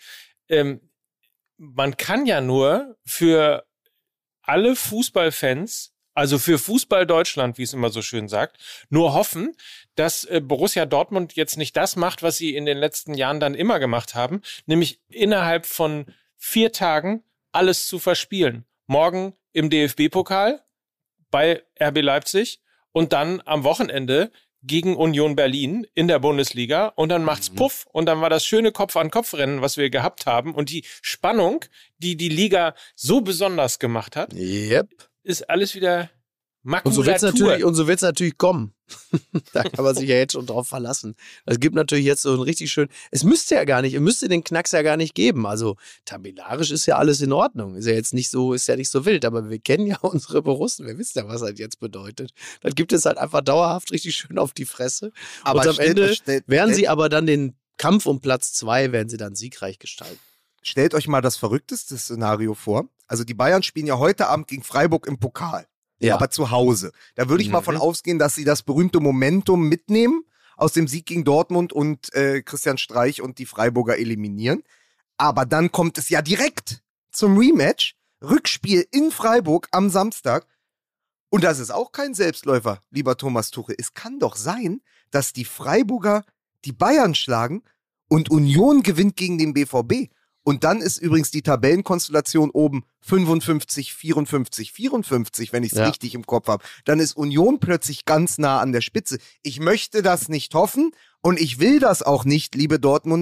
man kann ja nur für alle Fußballfans, also für Fußball Deutschland, wie es immer so schön sagt, nur hoffen, dass Borussia Dortmund jetzt nicht das macht, was sie in den letzten Jahren dann immer gemacht haben, nämlich innerhalb von 4 Tagen alles zu verspielen. Morgen im DFB-Pokal bei RB Leipzig und dann am Wochenende gegen Union Berlin in der Bundesliga und dann macht's Puff und dann war das schöne Kopf-an-Kopf-Rennen, was wir gehabt haben und die Spannung, die die Liga so besonders gemacht hat, ist alles wieder Makulatur. Und so wird's natürlich kommen. Da kann man sich ja jetzt schon drauf verlassen. Es gibt natürlich jetzt so einen richtig schönen, es müsste den Knacks ja gar nicht geben. Also tabellarisch ist ja alles in Ordnung. Ist ja nicht so wild, aber wir kennen ja unsere Borussen. Wir wissen ja, was das jetzt bedeutet. Dann gibt es halt einfach dauerhaft richtig schön auf die Fresse. Aber und am Ende werden sie aber dann den Kampf um Platz 2 werden sie dann siegreich gestalten. Stellt euch mal das verrückteste Szenario vor. Also die Bayern spielen ja heute Abend gegen Freiburg im Pokal. Ja. Aber zu Hause. Da würde ich mal von ausgehen, dass sie das berühmte Momentum mitnehmen aus dem Sieg gegen Dortmund und Christian Streich und die Freiburger eliminieren. Aber dann kommt es ja direkt zum Rematch. Rückspiel in Freiburg am Samstag. Und das ist auch kein Selbstläufer, lieber Thomas Tuchel. Es kann doch sein, dass die Freiburger die Bayern schlagen und Union gewinnt gegen den BVB. Und dann ist übrigens die Tabellenkonstellation oben 55, 54, 54, wenn ich es richtig im Kopf habe. Dann ist Union plötzlich ganz nah an der Spitze. Ich möchte das nicht hoffen und ich will das auch nicht, liebe Dortmunder,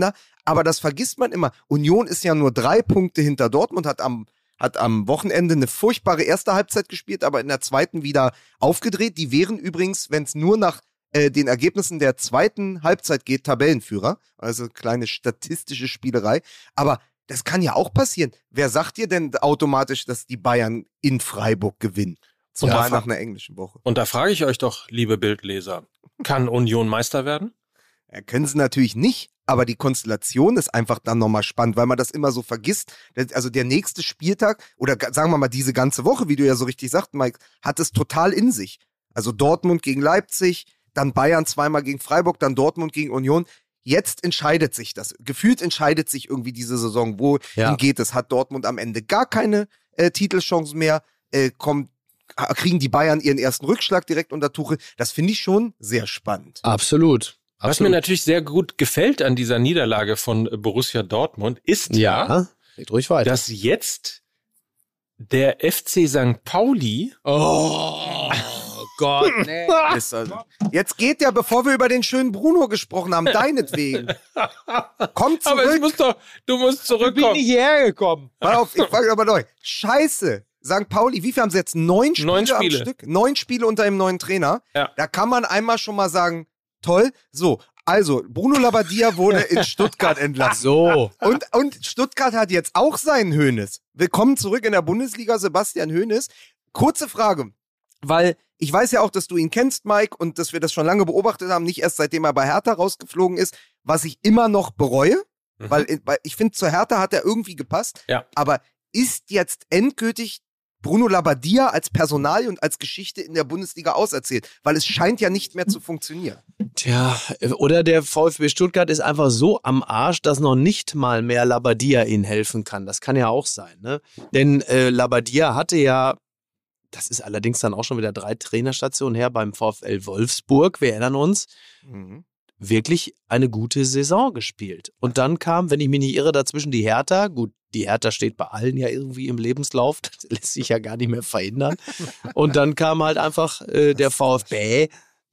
Aber das vergisst man immer. Union ist ja nur 3 Punkte hinter Dortmund, hat am Wochenende eine furchtbare erste Halbzeit gespielt, aber in der zweiten wieder aufgedreht. Die wären übrigens, wenn es nur nach den Ergebnissen der zweiten Halbzeit geht, Tabellenführer. Also kleine statistische Spielerei. Aber das kann ja auch passieren. Wer sagt dir denn automatisch, dass die Bayern in Freiburg gewinnen? Zumal nach einer englischen Woche. Und da frage ich euch doch, liebe Bildleser, kann Union Meister werden? Ja, können sie natürlich nicht, aber die Konstellation ist einfach dann nochmal spannend, weil man das immer so vergisst. Also der nächste Spieltag, oder sagen wir mal diese ganze Woche, wie du ja so richtig sagst, Mike, hat es total in sich. Also Dortmund gegen Leipzig, dann Bayern zweimal gegen Freiburg, dann Dortmund gegen Union. Jetzt entscheidet sich das. Gefühlt entscheidet sich irgendwie diese Saison, wohin geht es. Hat Dortmund am Ende gar keine Titelchancen mehr, kriegen die Bayern ihren ersten Rückschlag direkt unter Tuchel. Das finde ich schon sehr spannend. Absolut. Was mir natürlich sehr gut gefällt an dieser Niederlage von Borussia Dortmund ist geht ruhig weiter, dass jetzt der FC St. Pauli Gott, nee. Jetzt geht ja, bevor wir über den schönen Bruno gesprochen haben, deinetwegen. Komm zurück. Aber du musst zurückkommen. Ich bin nicht hergekommen. Warte auf, ich frage aber neu. Scheiße. St. Pauli, wie viel haben sie jetzt? 9 Spiele am Stück? 9 Spiele unter dem neuen Trainer. Ja. Da kann man einmal schon mal sagen, toll. So, also, Bruno Labbadia wurde in Stuttgart entlassen. So. Und Stuttgart hat jetzt auch seinen Hoeneß. Willkommen zurück in der Bundesliga, Sebastian Hoeneß. Kurze Frage, weil ich weiß ja auch, dass du ihn kennst, Mike, und dass wir das schon lange beobachtet haben, nicht erst seitdem er bei Hertha rausgeflogen ist, was ich immer noch bereue, weil ich finde, zur Hertha hat er irgendwie gepasst, aber ist jetzt endgültig Bruno Labbadia als Personal und als Geschichte in der Bundesliga auserzählt, weil es scheint ja nicht mehr zu funktionieren. Tja, oder der VfB Stuttgart ist einfach so am Arsch, dass noch nicht mal mehr Labbadia ihnen helfen kann. Das kann ja auch sein, ne? Denn Labbadia hatte ja, das ist allerdings dann auch schon wieder 3 Trainerstationen her beim VfL Wolfsburg, wir erinnern uns, wirklich eine gute Saison gespielt. Und dann kam, wenn ich mich nicht irre, dazwischen die Hertha. Gut, die Hertha steht bei allen ja irgendwie im Lebenslauf, das lässt sich ja gar nicht mehr verhindern. Und dann kam halt einfach der VfB.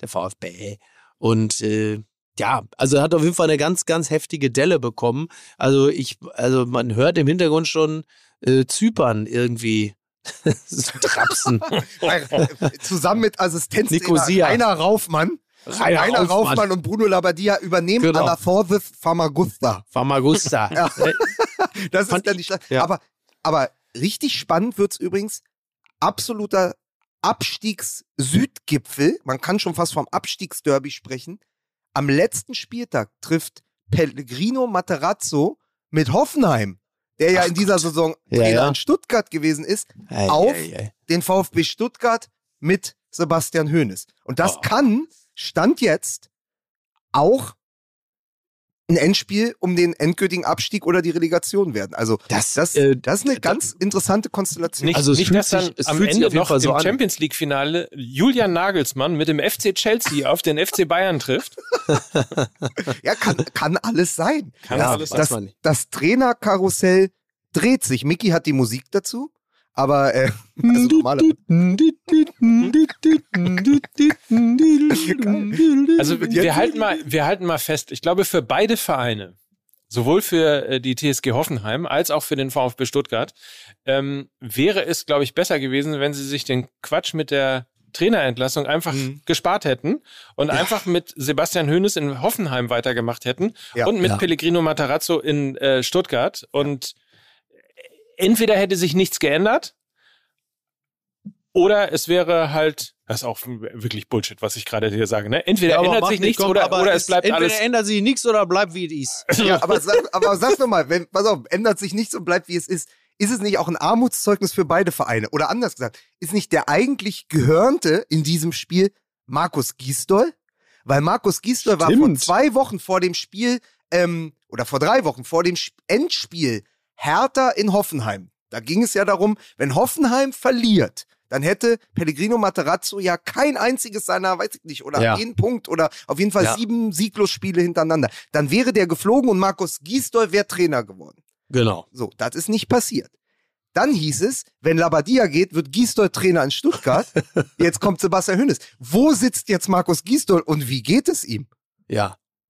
Und also er hat auf jeden Fall eine ganz, ganz heftige Delle bekommen. Also man hört im Hintergrund schon Zypern irgendwie trapsen. Zusammen mit Nicosia. Rainer Raufmann und Bruno Labbadia übernehmen Anaforvis Famagusta. Ja. Das ist dann die Stadt. Ja. Aber richtig spannend wird's übrigens. Absoluter Abstiegs-Südgipfel. Man kann schon fast vom Abstiegsderby sprechen. Am letzten Spieltag trifft Pellegrino Materazzo mit Hoffenheim, der ja in dieser Saison Trainer in Stuttgart gewesen ist, auf den VfB Stuttgart mit Sebastian Hoeneß. Und das kann, Stand jetzt, auch ein Endspiel um den endgültigen Abstieg oder die Relegation werden. Also das ist eine ganz interessante Konstellation. Nicht dass dann am Ende noch im Champions League Finale Julian Nagelsmann mit dem FC Chelsea auf den FC Bayern trifft. Ja, kann alles sein. Das Trainerkarussell dreht sich. Micky hat die Musik dazu. Aber also wir halten mal fest, ich glaube für beide Vereine, sowohl für die TSG Hoffenheim als auch für den VfB Stuttgart, wäre es, glaube ich, besser gewesen, wenn sie sich den Quatsch mit der Trainerentlassung einfach gespart hätten und einfach mit Sebastian Hoeneß in Hoffenheim weitergemacht hätten und mit Pellegrino Matarazzo in Stuttgart und entweder hätte sich nichts geändert oder es wäre halt, das ist auch wirklich Bullshit, was ich gerade hier sage, ne? Entweder ändert sich nichts oder es bleibt alles. Entweder ändert sich nichts oder bleibt wie es ist. Ja, aber sag doch mal, pass auf, ändert sich nichts und bleibt wie es ist. Ist es nicht auch ein Armutszeugnis für beide Vereine? Oder anders gesagt, ist nicht der eigentlich Gehörnte in diesem Spiel Markus Gisdol? Weil Markus Gisdol war vor 2 Wochen vor dem Spiel, oder vor 3 Wochen vor dem Endspiel Hertha in Hoffenheim. Da ging es ja darum, wenn Hoffenheim verliert, dann hätte Pellegrino Matarazzo ja kein einziges seiner, weiß ich nicht, oder 1 Punkt oder auf jeden Fall 7 Sieglos-Spiele hintereinander. Dann wäre der geflogen und Markus Gisdol wäre Trainer geworden. Genau. So, das ist nicht passiert. Dann hieß es, wenn Labbadia geht, wird Gisdol Trainer in Stuttgart. Jetzt kommt Sebastian Hoeneß. Wo sitzt jetzt Markus Gisdol und wie geht es ihm? Ja.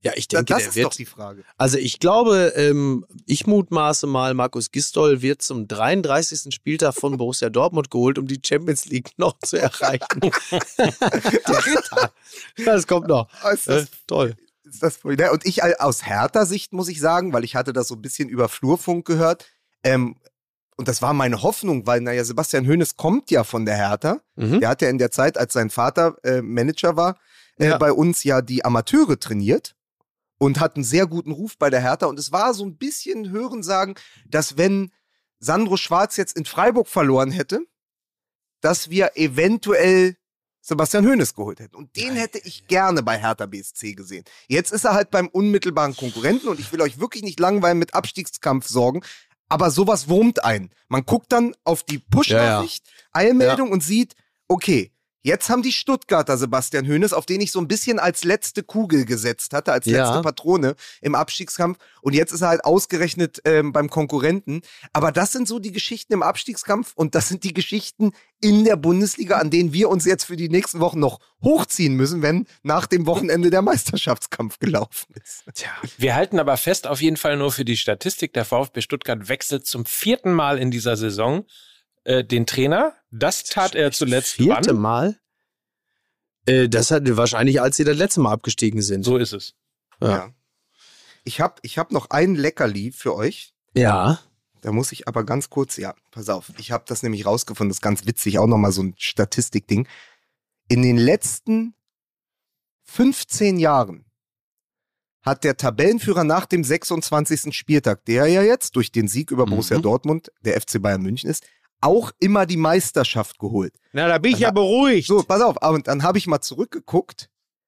Ja, ich denke, das der ist wird. doch die Frage. Also ich glaube, ich mutmaße mal, Markus Gisdol wird zum 33. Spieltag von Borussia Dortmund geholt, um die Champions League noch zu erreichen. Der Ritter. Das kommt noch. Ist das, toll. Ist das, und ich aus Hertha-Sicht muss ich sagen, weil ich hatte das so ein bisschen über Flurfunk gehört, und das war meine Hoffnung, weil, Sebastian Hoeneß kommt ja von der Hertha. Der hat ja in der Zeit, als sein Vater Manager war, bei uns ja die Amateure trainiert und hat einen sehr guten Ruf bei der Hertha. Und es war so ein bisschen Hörensagen, dass wenn Sandro Schwarz jetzt in Freiburg verloren hätte, dass wir eventuell Sebastian Hoeneß geholt hätten. Und den hätte ich gerne bei Hertha BSC gesehen. Jetzt ist er halt beim unmittelbaren Konkurrenten und ich will euch wirklich nicht langweilen mit Abstiegskampf sorgen, aber sowas wurmt einen. Man guckt dann auf die Push-Nachricht, Eilmeldung und sieht, okay, jetzt haben die Stuttgarter Sebastian Hoeneß, auf den ich so ein bisschen als letzte Kugel gesetzt hatte, als letzte Patrone im Abstiegskampf. Und jetzt ist er halt ausgerechnet beim Konkurrenten. Aber das sind so die Geschichten im Abstiegskampf und das sind die Geschichten in der Bundesliga, an denen wir uns jetzt für die nächsten Wochen noch hochziehen müssen, wenn nach dem Wochenende der Meisterschaftskampf gelaufen ist. Tja, wir halten aber fest, auf jeden Fall nur für die Statistik, der VfB Stuttgart wechselt zum 4. Mal in dieser Saison den Trainer. Das tat er zuletzt 4. Mal? Das hatte wahrscheinlich, als sie das letzte Mal abgestiegen sind. So ist es. Ja. Ich hab noch ein Leckerli für euch. Ja. Da muss ich aber ganz kurz, pass auf. Ich habe das nämlich rausgefunden, das ist ganz witzig, auch nochmal so ein Statistikding. In den letzten 15 Jahren hat der Tabellenführer nach dem 26. Spieltag, der ja jetzt durch den Sieg über Borussia Dortmund, der FC Bayern München ist, auch immer die Meisterschaft geholt. Na, da bin ich ja beruhigt. So, pass auf, und dann habe ich mal zurückgeguckt.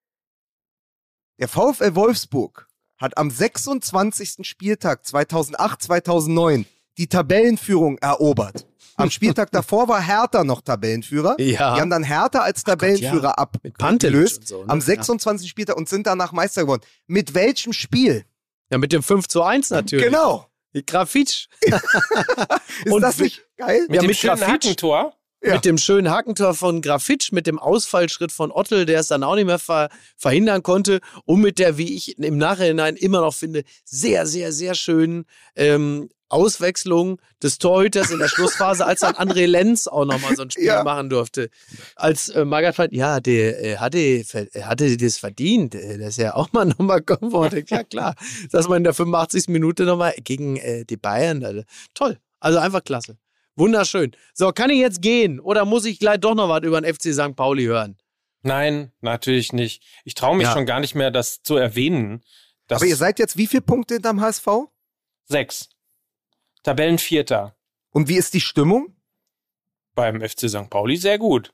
Der VfL Wolfsburg hat am 26. Spieltag 2008, 2009 die Tabellenführung erobert. Am Spieltag davor war Hertha noch Tabellenführer. Ja. Die haben dann Hertha als Tabellenführer abgelöst so, ne? am 26. Spieltag und sind danach Meister geworden. Mit welchem Spiel? Ja, mit dem 5:1 natürlich. Genau. Grafitsch. Ist das nicht geil? Mit dem schönen Hackentor. Ja. Mit dem schönen Hackentor von Grafitsch, mit dem Ausfallschritt von Ottel, der es dann auch nicht mehr verhindern konnte und mit der, wie ich im Nachhinein immer noch finde, sehr, sehr, sehr schönen Auswechslung des Torhüters in der Schlussphase, als dann André Lenz auch nochmal so ein Spiel machen durfte. Als Magath der hatte das verdient, dass er auch mal nochmal kommen wollte. Ja klar, dass man in der 85. Minute nochmal gegen die Bayern, also, toll, also einfach klasse. Wunderschön. So, kann ich jetzt gehen oder muss ich gleich doch noch was über den FC St. Pauli hören? Nein, natürlich nicht. Ich traue mich schon gar nicht mehr, das zu erwähnen. Aber ihr seid jetzt wie viele Punkte hinterm HSV? 6. Tabellenvierter. Und wie ist die Stimmung? Beim FC St. Pauli sehr gut.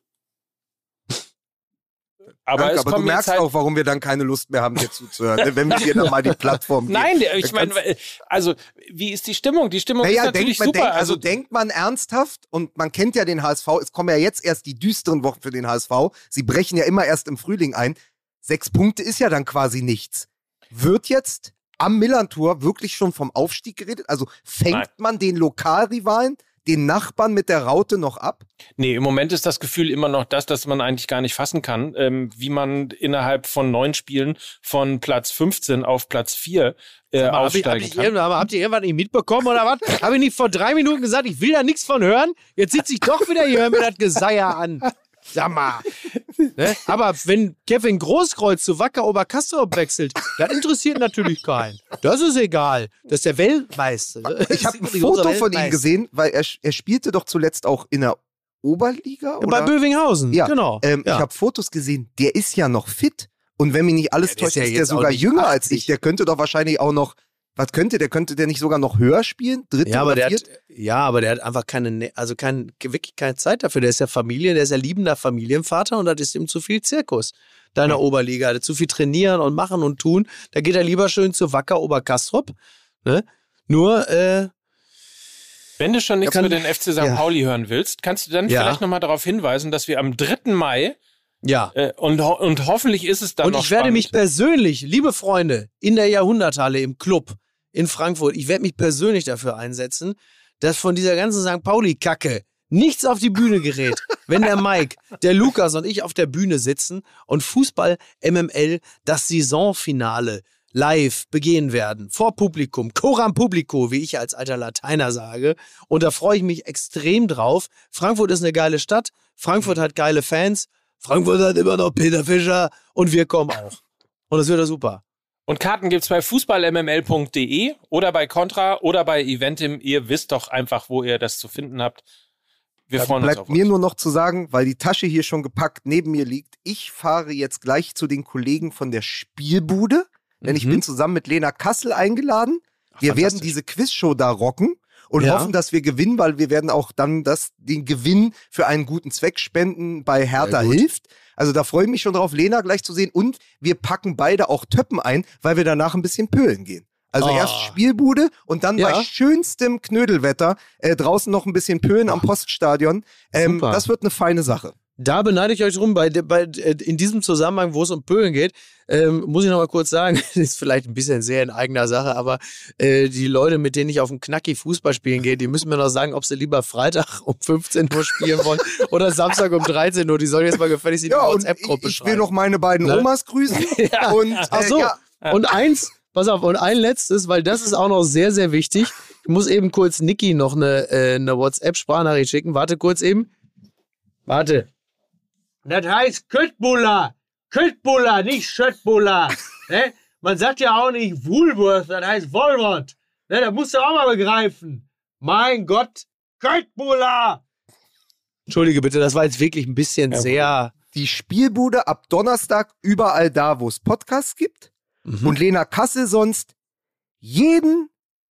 Aber, aber du merkst halt auch, warum wir dann keine Lust mehr haben, dir zuzuhören, wenn wir dir dann mal die Plattform geben. Nein, ich meine, also wie ist die Stimmung? Die Stimmung ist natürlich super. Also denkt man ernsthaft, und man kennt ja den HSV, es kommen ja jetzt erst die düsteren Wochen für den HSV, sie brechen ja immer erst im Frühling ein. 6 Punkte ist ja dann quasi nichts. Wird jetzt am Millern-Tor wirklich schon vom Aufstieg geredet? Also fängt man den Lokalrivalen, den Nachbarn mit der Raute noch ab? Nee, im Moment ist das Gefühl immer noch das, dass man eigentlich gar nicht fassen kann, wie man innerhalb von 9 Spielen von Platz 15 auf Platz 4 aufsteigen kann. Habt ihr irgendwas nicht mitbekommen oder was? Habe ich nicht vor 3 Minuten gesagt, ich will da nichts von hören? Jetzt sitze ich doch wieder hier und mir das Geseier an. Sag mal. Ne? Aber wenn Kevin Großkreuz zu Wacker Oberkastrop wechselt, das interessiert natürlich keinen. Das ist egal. Das ist der Weltmeister. Ich habe ein Foto von ihm gesehen, weil er spielte doch zuletzt auch in der Oberliga. Oder? Bei Bövinghausen, genau. Ich habe Fotos gesehen, der ist ja noch fit. Und wenn mich nicht alles täuscht, ist der sogar jünger als ich. Der könnte doch wahrscheinlich auch noch, der könnte der nicht sogar noch höher spielen? Aber der hat einfach wirklich keine Zeit dafür. Der ist ja der ist ja liebender Familienvater und das ist ihm zu viel Zirkus. Deiner Oberliga, der zu viel trainieren und machen und tun. Da geht er lieber schön zu Wacker Oberkastrop. Ne? Nur, wenn du schon nichts über den FC St. Pauli hören willst, kannst du dann vielleicht nochmal darauf hinweisen, dass wir am 3. Mai und hoffentlich ist es dann noch spannend. Und ich werde mich persönlich, liebe Freunde, in der Jahrhunderthalle im Club in Frankfurt, ich werde mich persönlich dafür einsetzen, dass von dieser ganzen St. Pauli-Kacke nichts auf die Bühne gerät. Wenn der Mike, der Lukas und ich auf der Bühne sitzen und Fußball MML das Saisonfinale live begehen werden, vor Publikum, coram publico, wie ich als alter Lateiner sage. Und da freue ich mich extrem drauf. Frankfurt ist eine geile Stadt, Frankfurt hat geile Fans, Frankfurt hat immer noch Peter Fischer und wir kommen auch. Und das wird ja super. Und Karten gibt's bei fußballmml.de oder bei Contra oder bei Eventim. Ihr wisst doch einfach, wo ihr das zu finden habt. Wir freuen uns auf euch. Bleibt mir nur noch zu sagen, weil die Tasche hier schon gepackt neben mir liegt, ich fahre jetzt gleich zu den Kollegen von der Spielbude, denn ich bin zusammen mit Lena Kassel eingeladen. Wir werden diese Quizshow da rocken und hoffen, dass wir gewinnen, weil wir werden auch dann den Gewinn für einen guten Zweck spenden bei Hertha hilft. Also da freue ich mich schon drauf, Lena gleich zu sehen. Und wir packen beide auch Töppen ein, weil wir danach ein bisschen pölen gehen. Also erst Spielbude und dann bei schönstem Knödelwetter draußen noch ein bisschen pölen am Poststadion. Das wird eine feine Sache. Da beneide ich euch drum, in diesem Zusammenhang, wo es um Pölen geht, muss ich noch mal kurz sagen, das ist vielleicht ein bisschen sehr in eigener Sache, aber die Leute, mit denen ich auf dem Knacki Fußball spielen gehe, die müssen mir noch sagen, ob sie lieber Freitag um 15 Uhr spielen wollen oder Samstag um 13 Uhr. Die sollen jetzt mal gefälligst in die WhatsApp-Gruppe schreiben. Ich will noch meine beiden Omas grüßen. Und, und pass auf, und ein letztes, weil das ist auch noch sehr, sehr wichtig. Ich muss eben kurz Niki noch eine WhatsApp-Sprachnachricht schicken. Warte kurz eben. Warte. Das heißt Köttbullar. Köttbullar, nicht Schöttbullar. Ne? Man sagt ja auch nicht Woolworth, das heißt Woolworth. Ne? Das musst du auch mal begreifen. Mein Gott, Köttbullar. Entschuldige bitte, das war jetzt wirklich ein bisschen sehr... Die Spielbude ab Donnerstag überall da, wo es Podcasts gibt. Und Lena Kassel sonst jeden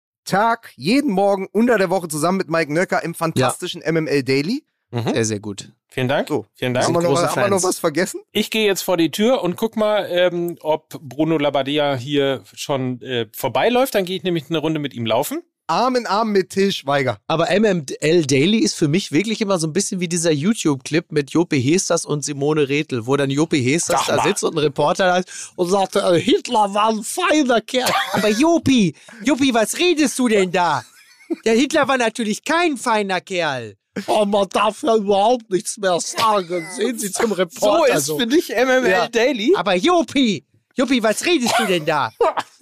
Tag, jeden Morgen unter der Woche zusammen mit Mike Nöcker im fantastischen MML Daily. Sehr, sehr gut. Vielen Dank. So, vielen Dank. Haben wir noch was vergessen? Ich gehe jetzt vor die Tür und guck mal, ob Bruno Labbadia hier schon vorbeiläuft. Dann gehe ich nämlich eine Runde mit ihm laufen. Arm in Arm mit Till Schweiger. Aber MML Daily ist für mich wirklich immer so ein bisschen wie dieser YouTube-Clip mit Jopi Hesters und Simone Rethel, wo dann Jopi Hesters da sitzt und ein Reporter da und sagt, Hitler war ein feiner Kerl. Aber Jopi, was redest du denn da? Der Hitler war natürlich kein feiner Kerl. Oh, man darf ja überhaupt nichts mehr sagen. Sehen Sie zum Reporter. So ist für dich MML Daily. Aber Jopi, was redest du denn da?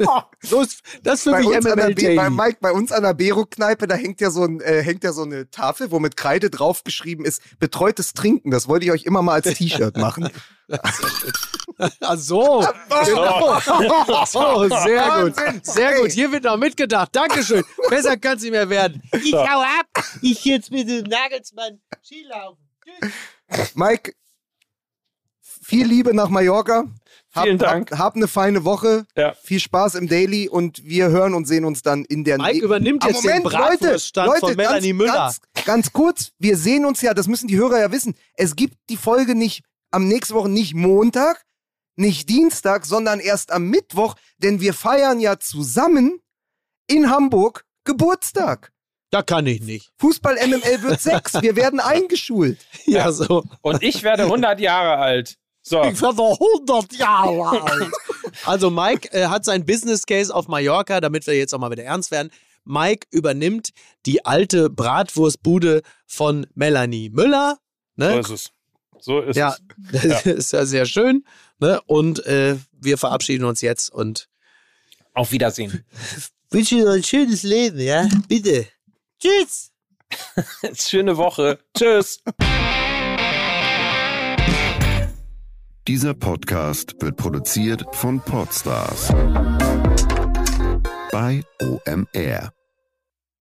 Das ist für mich MML Daily. Bei Mike, bei uns an der Bero-Kneipe, da hängt ja so eine Tafel, wo mit Kreide draufgeschrieben ist, betreutes Trinken. Das wollte ich euch immer mal als T-Shirt machen. Ach so. Genau. Oh, sehr gut. Sehr gut. Hier wird noch mitgedacht. Dankeschön. Besser kann es nicht mehr werden. Ich hau ab. Ich jetzt mit dem Nagelsmann Skilaufen. Tschüss. Mike, viel Liebe nach Mallorca. Vielen Dank. Hab eine feine Woche. Ja. Viel Spaß im Daily und wir hören und sehen uns dann in der... Mike übernimmt jetzt den Bratwurststand von Melanie Müller. Ganz kurz, wir sehen uns ja, das müssen die Hörer ja wissen, es gibt die Folge nicht am nächsten Woche, nicht Montag, nicht Dienstag, sondern erst am Mittwoch, denn wir feiern ja zusammen in Hamburg Geburtstag. Da kann ich nicht. Fußball MML wird 6, wir werden eingeschult. Ja, so. Und ich werde 100 Jahre alt. So. Ich werde 100 Jahre alt. Also Mike hat sein Business Case auf Mallorca, damit wir jetzt auch mal wieder ernst werden. Mike übernimmt die alte Bratwurstbude von Melanie Müller. Ne? So ist es. Das ist ja sehr schön. Ne? Und wir verabschieden uns jetzt und auf Wiedersehen. Wünsche dir ein schönes Leben, ja? Bitte. Tschüss. Schöne Woche. Tschüss. Dieser Podcast wird produziert von Podstars bei OMR.